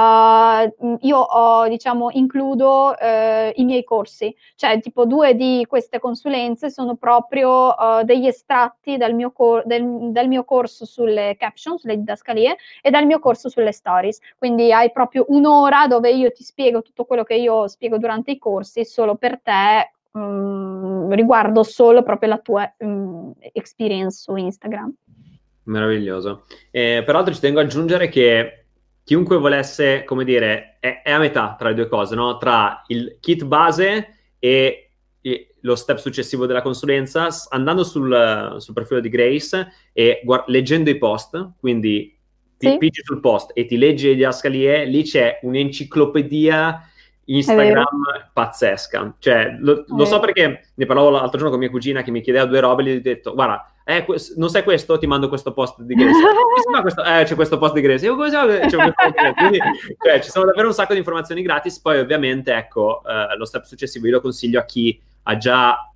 uh, io ho, diciamo, includo uh, i miei corsi, cioè tipo due di queste consulenze sono proprio uh, degli estratti dal mio, cor- del, dal mio corso sulle caption, sulle didascalie, e dal mio corso sulle stories. Quindi hai proprio un'ora dove io ti spiego tutto quello che io spiego durante i corsi, solo per te, um, riguardo solo proprio la tua um, experience su Instagram. Meraviglioso. Eh, peraltro ci tengo ad aggiungere che chiunque volesse, come dire, è, è a metà tra le due cose, no? Tra il kit base e, e lo step successivo della consulenza, andando sul, sul profilo di Grace e guard- leggendo i post, quindi ti sì? pigi sul post e ti leggi le didascalie, lì c'è un'enciclopedia Instagram pazzesca. Cioè, lo, lo so perché ne parlavo l'altro giorno con mia cugina che mi chiedeva due robe e gli ho detto, guarda, eh, non sai questo? Ti mando questo post di Grace. questo? Eh, c'è questo post di Grace. Io come si chiama? C'è questo post di Grace. Quindi, cioè, ci sono davvero un sacco di informazioni gratis. Poi, ovviamente, ecco, eh, lo step successivo io lo consiglio a chi ha già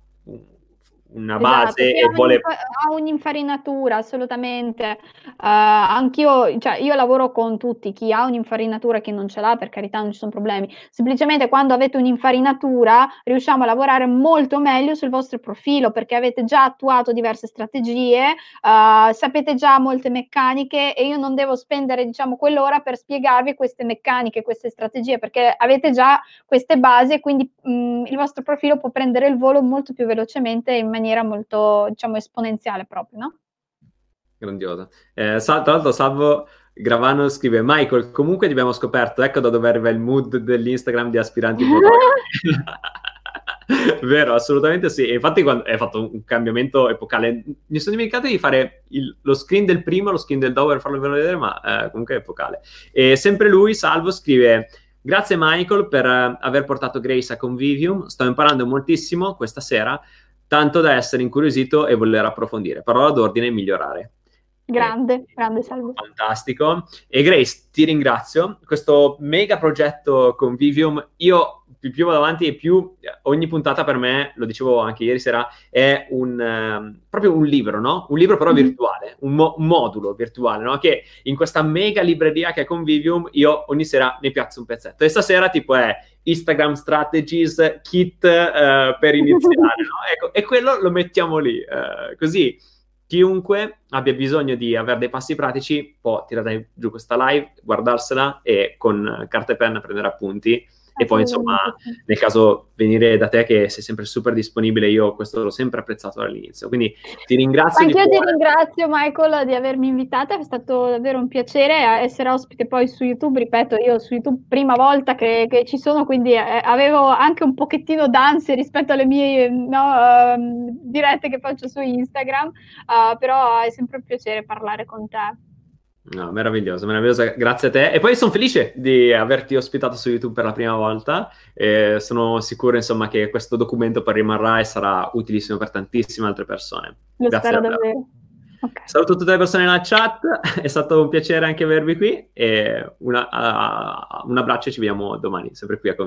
una base esatto, e vuole... ha un'infarinatura, assolutamente. Uh, anch'io, cioè io lavoro con tutti, chi ha un'infarinatura e chi non ce l'ha, per carità, non ci sono problemi. Semplicemente quando avete un'infarinatura riusciamo a lavorare molto meglio sul vostro profilo, perché avete già attuato diverse strategie, uh, sapete già molte meccaniche, e io non devo spendere, diciamo, quell'ora per spiegarvi queste meccaniche, queste strategie, perché avete già queste basi, e quindi mh, il vostro profilo può prendere il volo molto più velocemente in maniera maniera molto, diciamo, esponenziale proprio, no? Grandiosa. Eh, tra l'altro Salvo Gravano scrive: Michael, comunque abbiamo scoperto, ecco da dove arriva il mood dell'Instagram di aspiranti fotografi. Vero, assolutamente sì. E infatti quando hai fatto un cambiamento epocale, mi sono dimenticato di fare il, lo screen del primo, lo screen del dopo per farlo vedere, ma eh, comunque è epocale. E sempre lui, Salvo, scrive: grazie Michael per uh, aver portato Grace a Convivium, sto imparando moltissimo questa sera, tanto da essere incuriosito e voler approfondire. Parola d'ordine: migliorare. Grande, eh, grande Salvo. Fantastico. E Grace, ti ringrazio. Questo mega progetto Convivium, io più, più vado avanti e più ogni puntata per me, lo dicevo anche ieri sera, è un um, proprio un libro, no? Un libro però mm-hmm. virtuale, un, mo- un modulo virtuale, no? Che in questa mega libreria che è Convivium io ogni sera ne piazzo un pezzetto. E stasera tipo è Instagram Strategies Kit uh, per iniziare, no? Ecco, e quello lo mettiamo lì, uh, così chiunque abbia bisogno di avere dei passi pratici può tirare giù questa live, guardarsela e con carta e penna prendere appunti. E poi insomma, nel caso venire da te che sei sempre super disponibile, io questo l'ho sempre apprezzato dall'inizio, quindi ti ringrazio. Anche io di ti ringrazio Michael di avermi invitata, è stato davvero un piacere essere ospite poi su YouTube, ripeto, io su YouTube prima volta che, che ci sono, quindi eh, avevo anche un pochettino d'ansia rispetto alle mie no, uh, dirette che faccio su Instagram, uh, però è sempre un piacere parlare con te. No, meraviglioso, meraviglioso, grazie a te. E poi sono felice di averti ospitato su YouTube per la prima volta. E sono sicuro, insomma, che questo documento poi rimarrà e sarà utilissimo per tantissime altre persone. Lo Grazie spero davvero. davvero. Okay. Saluto tutte le persone nella chat, è stato un piacere anche avervi qui e una, uh, un abbraccio e ci vediamo domani, sempre qui a